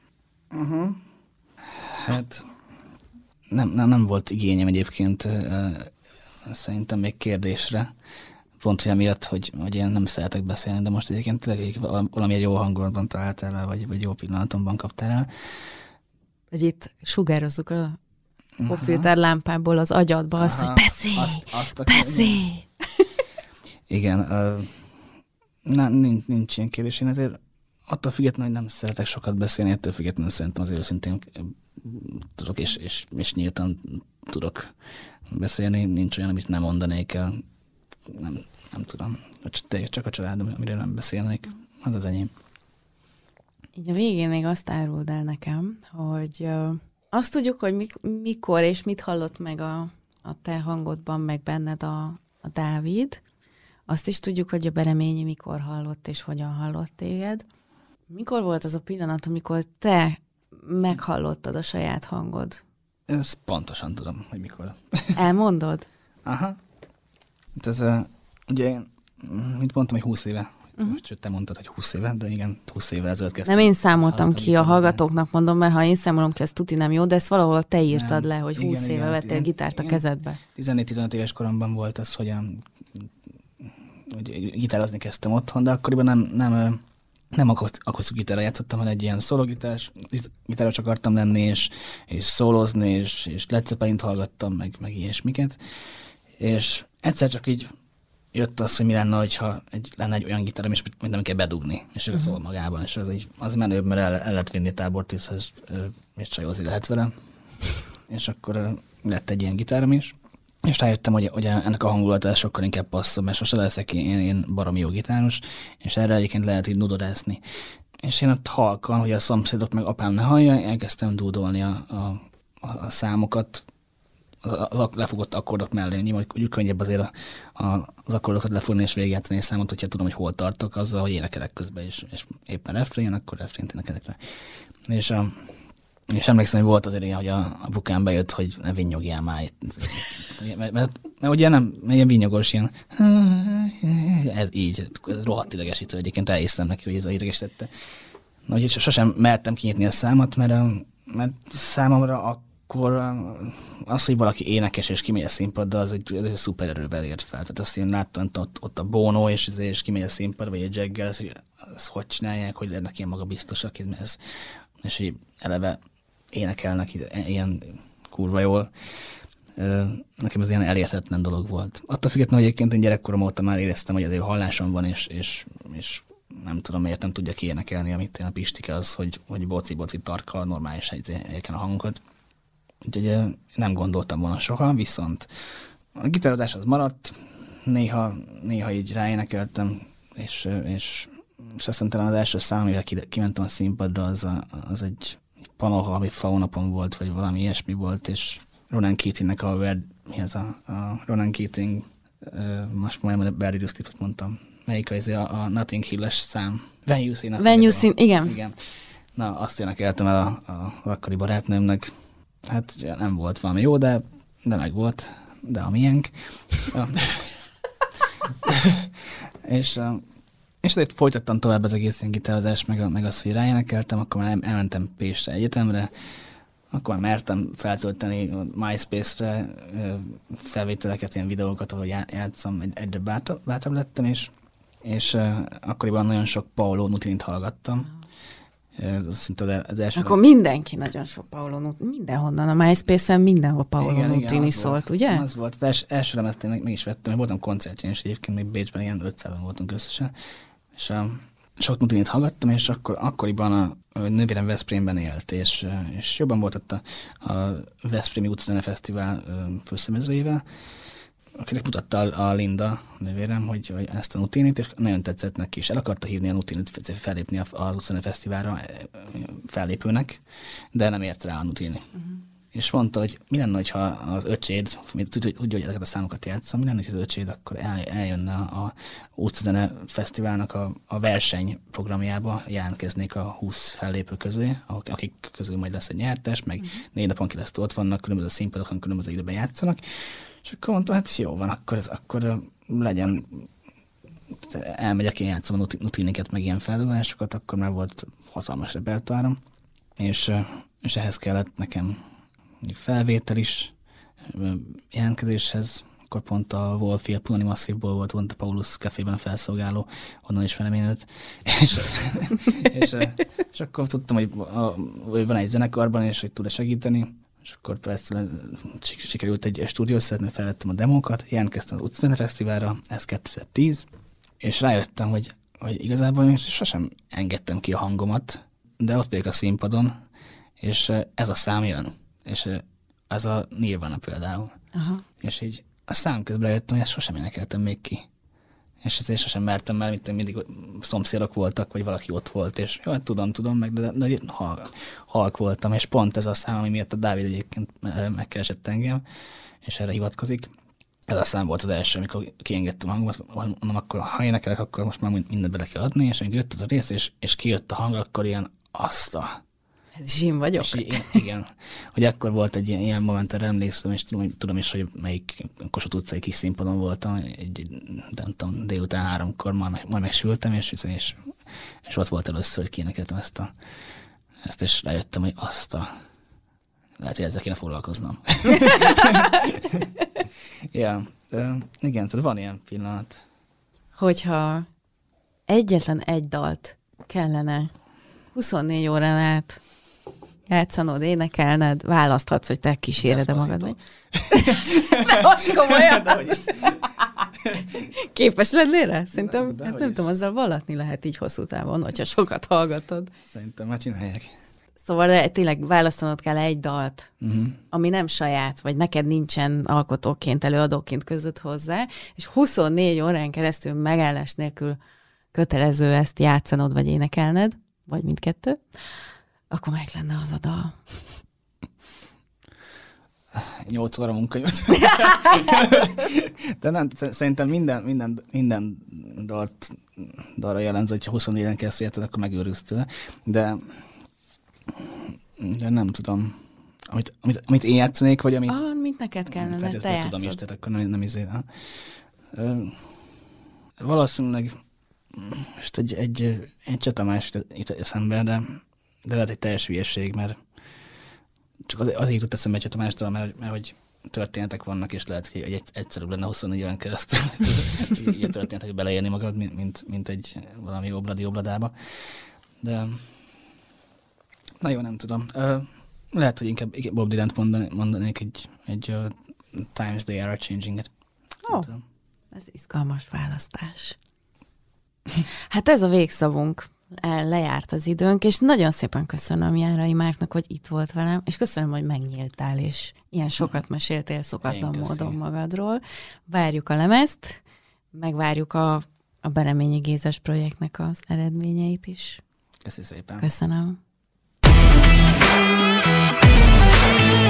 Hát nem volt igényem egyébként szerintem még kérdésre. Pont olyan miatt, hogy én nem szeretek beszélni, de most egyébként tényleg valamilyen jó hangulatban találtál el, vagy jó pillanatomban kaptál el. Hogy itt sugározzuk a popfilter lámpából az agyadba azt, hogy beszélj! Igen, nincs ilyen kérdés. Én azért attól függetlenül, hogy nem szeretek sokat beszélni, ettől függetlenül szerintem azért őszintén tudok, és nyíltan tudok beszélni. Nincs olyan, amit nem mondanék el. Nem tudom. Csak a családom, amiről nem beszélnék. Az enyém. Így a végén még azt áruld el nekem, hogy azt tudjuk, hogy mikor és mit hallott meg a te hangodban, meg benned a Dávid. Azt is tudjuk, hogy a Bereményi mikor hallott és hogyan hallott téged. Mikor volt az a pillanat, amikor te meghallottad a saját hangod? Ezt pontosan tudom, hogy mikor. Elmondod? Aha. Ez ugye én, mint mondtam, hogy 20 éve. Most te mondtad, hogy 20 éve, de igen, 20 éve ezelőtt kezdtem. Nem én számoltam ki, a hallgatóknak mondom, mert ha én számolom ki, ez tuti nem jó, de ezt valahol te írtad le, hogy 20 éve vettél gitárt a kezedbe. 14-15 éves koromban volt az, hogy gitározni kezdtem otthon, de akkoriban nem akusztikus gitárra játszottam, hanem egy ilyen szólógitáros akartam lenni, és szólózni, és Led Zeppelint hallgattam, meg ilyesmiket. És egyszer csak így jött az, hogy mi lenne, hogyha lenne egy olyan gitárom, és nem kell bedugni, és ő szól magában, és az menőbb, mert el lehet vinni tábortízhez, és csajozni lehet vele. És akkor lett egy ilyen gitárom is. És rájöttem, hogy ennek a hangulata sokkal inkább passzol, mert sose leszek én baromi jó gitáros, és erre egyébként lehet így dudorászni. És én ott halkan, hogy a szomszédok meg apám ne hallja, elkezdtem dúdolni a számokat, az lefogott akkordok mellé. Nyilván, hogy könnyebb azért az akkordokat lefogni és végigjátszani a számot, hogyha tudom, hogy hol tartok, azzal, hogy énekelek közben, és éppen refrén, akkor refrént énekelek rá. És emlékszem, hogy volt azért ilyen, hogy a bukán bejött, hogy ne vinyogjál már itt. Mert ugye nem, ilyen vinyogos, ilyen ez így, rohadt idegesítő, egyébként elhiszem neki, hogy ez a idegesítette. Na, úgyhogy sosem mertem kinyitni a számat, mert számomra akkor az, hogy valaki énekes és kimegy a színpadra, az egy szupererővel ért fel. Tehát azt én láttam ott a Bono, és kimegy a színpadra, vagy egy Jagger, ezt hogy csinálják, hogy lennek ilyen magabiztosak, és így eleve énekelnek ilyen kurva jól. Nekem ez ilyen elérhetetlen dolog volt. Attól függetlenül, hogy egyébként én gyerekkorom óta már éreztem, hogy azért hallásom van, és nem tudom, miért nem tudja kiénekelni, amit én a Pistike az, hogy boci tarkkal normális helyeken a hangokat. Úgyhogy nem gondoltam volna soha, viszont a gitározás az maradt, néha így ráénekeltem, és azt hiszem talán az első szám, amivel kimentem a színpadra, az egy Panoha, ami faunapon volt, vagy valami ilyesmi volt, és Ronan Keatingnek a Ronan Keating, most majdnem a Barry Dusty-t mondtam. Melyik a Notting Hill-es szám? When You See Nothing. Igen. Na, azt énekeltem el az akkori barátnőmnek. Hát nem volt valami jó, de meg volt, de a miénk. és És azért folytattam tovább az egész ilyen gitározást, meg azt, hogy ráénekeltem, akkor már elmentem Pécsre egyetemre, akkor már mertem feltölteni MySpace-re felvételeket, ilyen videókat, ahol játszom, egyre bátrabb lettem, és akkoriban nagyon sok Paolo Nutinit hallgattam. Szinte az első... Akkor mindenki nagyon sok Paolo Nutini, mindenhonnan, a MySpace-en mindenhol Paolo Nutini szólt, ugye? Az volt. Az első lemezt én meg is vettem, mert voltam koncertjén, és egyébként még Bécsben ilyen 500-an voltunk összesen. És sok Nutinit hallgattam, és akkoriban a nővérem Veszprémben élt, és jobban volt ott a Veszprémi Utcazene Fesztivál főszervezőjével, akinek mutatta a Linda nővérem, hogy ezt a Nutinit, és nagyon tetszett neki, és el akarta hívni a Nutinit fellépni az Utcazene Fesztiválra fellépőnek, de nem ért rá a Nutini. És mondta, hogy mi lenne, ha az öcséd, tudja, hogy ezeket a számokat játszom, mi lenne, hogy az öcséd akkor eljönne a Utcazene Fesztiválnak a verseny programjába, jelentkeznék a 20 fellépő közé, akik közül majd lesz egy nyertes, meg 4 napon keresztül ott vannak, különböző színpadokon, különböző időben játszanak. És akkor mondtam, hát jó van, akkor legyen, elmegyek, én játszom a Nutiniket, meg ilyen feldolgozásokat, akkor már volt hatalmas repertoárom, és ehhez kellett nekem felvétel is jelentkezéshez, akkor pont a Wolfi, a Punani Masszívból volt a Paulus Cafében a felszolgáló, onnan ismerem én őt, és akkor tudtam, hogy van egy zenekarban, és hogy tud-e segíteni, és akkor persze sikerült egy stúdiószeretni, felvettem a demókat, jelentkeztem az Utcazene Fesztiválra, ez 2010, és rájöttem, hogy igazából én sosem engedtem ki a hangomat, de ott vagyok a színpadon, és ez a szám jön. És ez a Nirvana például. Aha. És így a szám közben jöttem, hogy ezt sosem énekeltem még ki. És ezért sosem mertem, mert mindig szomszédok voltak, vagy valaki ott volt, és jó, tudom, meg de halk voltam, és pont ez a szám, ami miatt a Dávid egyébként megkeresett engem, és erre hivatkozik. Ez a szám volt az első, amikor kiengedtem a hangomat, mondom, akkor ha énekelek, akkor most már mindent bele kell adni, és amikor jött az a rész, és kijött a hang, akkor ilyen Zsim vagyok. És igen, hogy akkor volt egy ilyen moment, erre emlékszem, és tudom is, hogy melyik Kossuth utcai kis színpadon voltam, nem tudom, délután 3-kor majd megsültem, és ott volt először, hogy kiénekeltem ezt, és rájöttem, hogy lehet, hogy ezzel kéne foglalkoznom. Ja, igen, tehát van ilyen pillanat. Hogyha egyetlen egy dalt kellene 24 órán át játszanod, énekelned, választhatsz, hogy te kíséred-e magad, vagy? De most komolyan! Képes lennél rá? Szerintem, nem tudom, azzal vallatni lehet így hosszú távon, hogyha sokat hallgatod. Szerintem már csinálják. Szóval de tényleg választanod kell egy dalt, ami nem saját, vagy neked nincsen alkotóként, előadóként között hozzá, és 24 órán keresztül megállás nélkül kötelező ezt játszanod, vagy énekelned, vagy mindkettő, akkor meg lenne az a dal. 8 óra munkajött. De nem, szerintem minden dalra jellemző, hogyha 24-en kezdsz érted, akkor megőrülsz tőle. De nem tudom. Amit én játszanék, vagy amit... Mint neked kellene, te játszod. Tudom is, tehát akkor nem izé. Valószínűleg most egy Csatamás itt eszembe, de lehet egy teljes hülyeség, mert csak azért jutott eszembe egy Csatamástól, mert hogy történetek vannak, és lehet, hogy egyszerűbb lenne 24 órán keresztül ilyen történetek beleérni magad, mint egy valami obladába. De na jó, nem tudom. Lehet, hogy inkább Bob Dylant mondanék egy Times They Are Changing-et. Ez izgalmas választás. Hát ez a végszavunk. Lejárt az időnk, és nagyon szépen köszönöm Járai Márknak, hogy itt volt velem, és köszönöm, hogy megnyíltál, és ilyen sokat meséltél szokatlan módon magadról. Várjuk a lemezt, megvárjuk a Bereményi Gézes projektnek az eredményeit is. Köszi szépen. Köszönöm.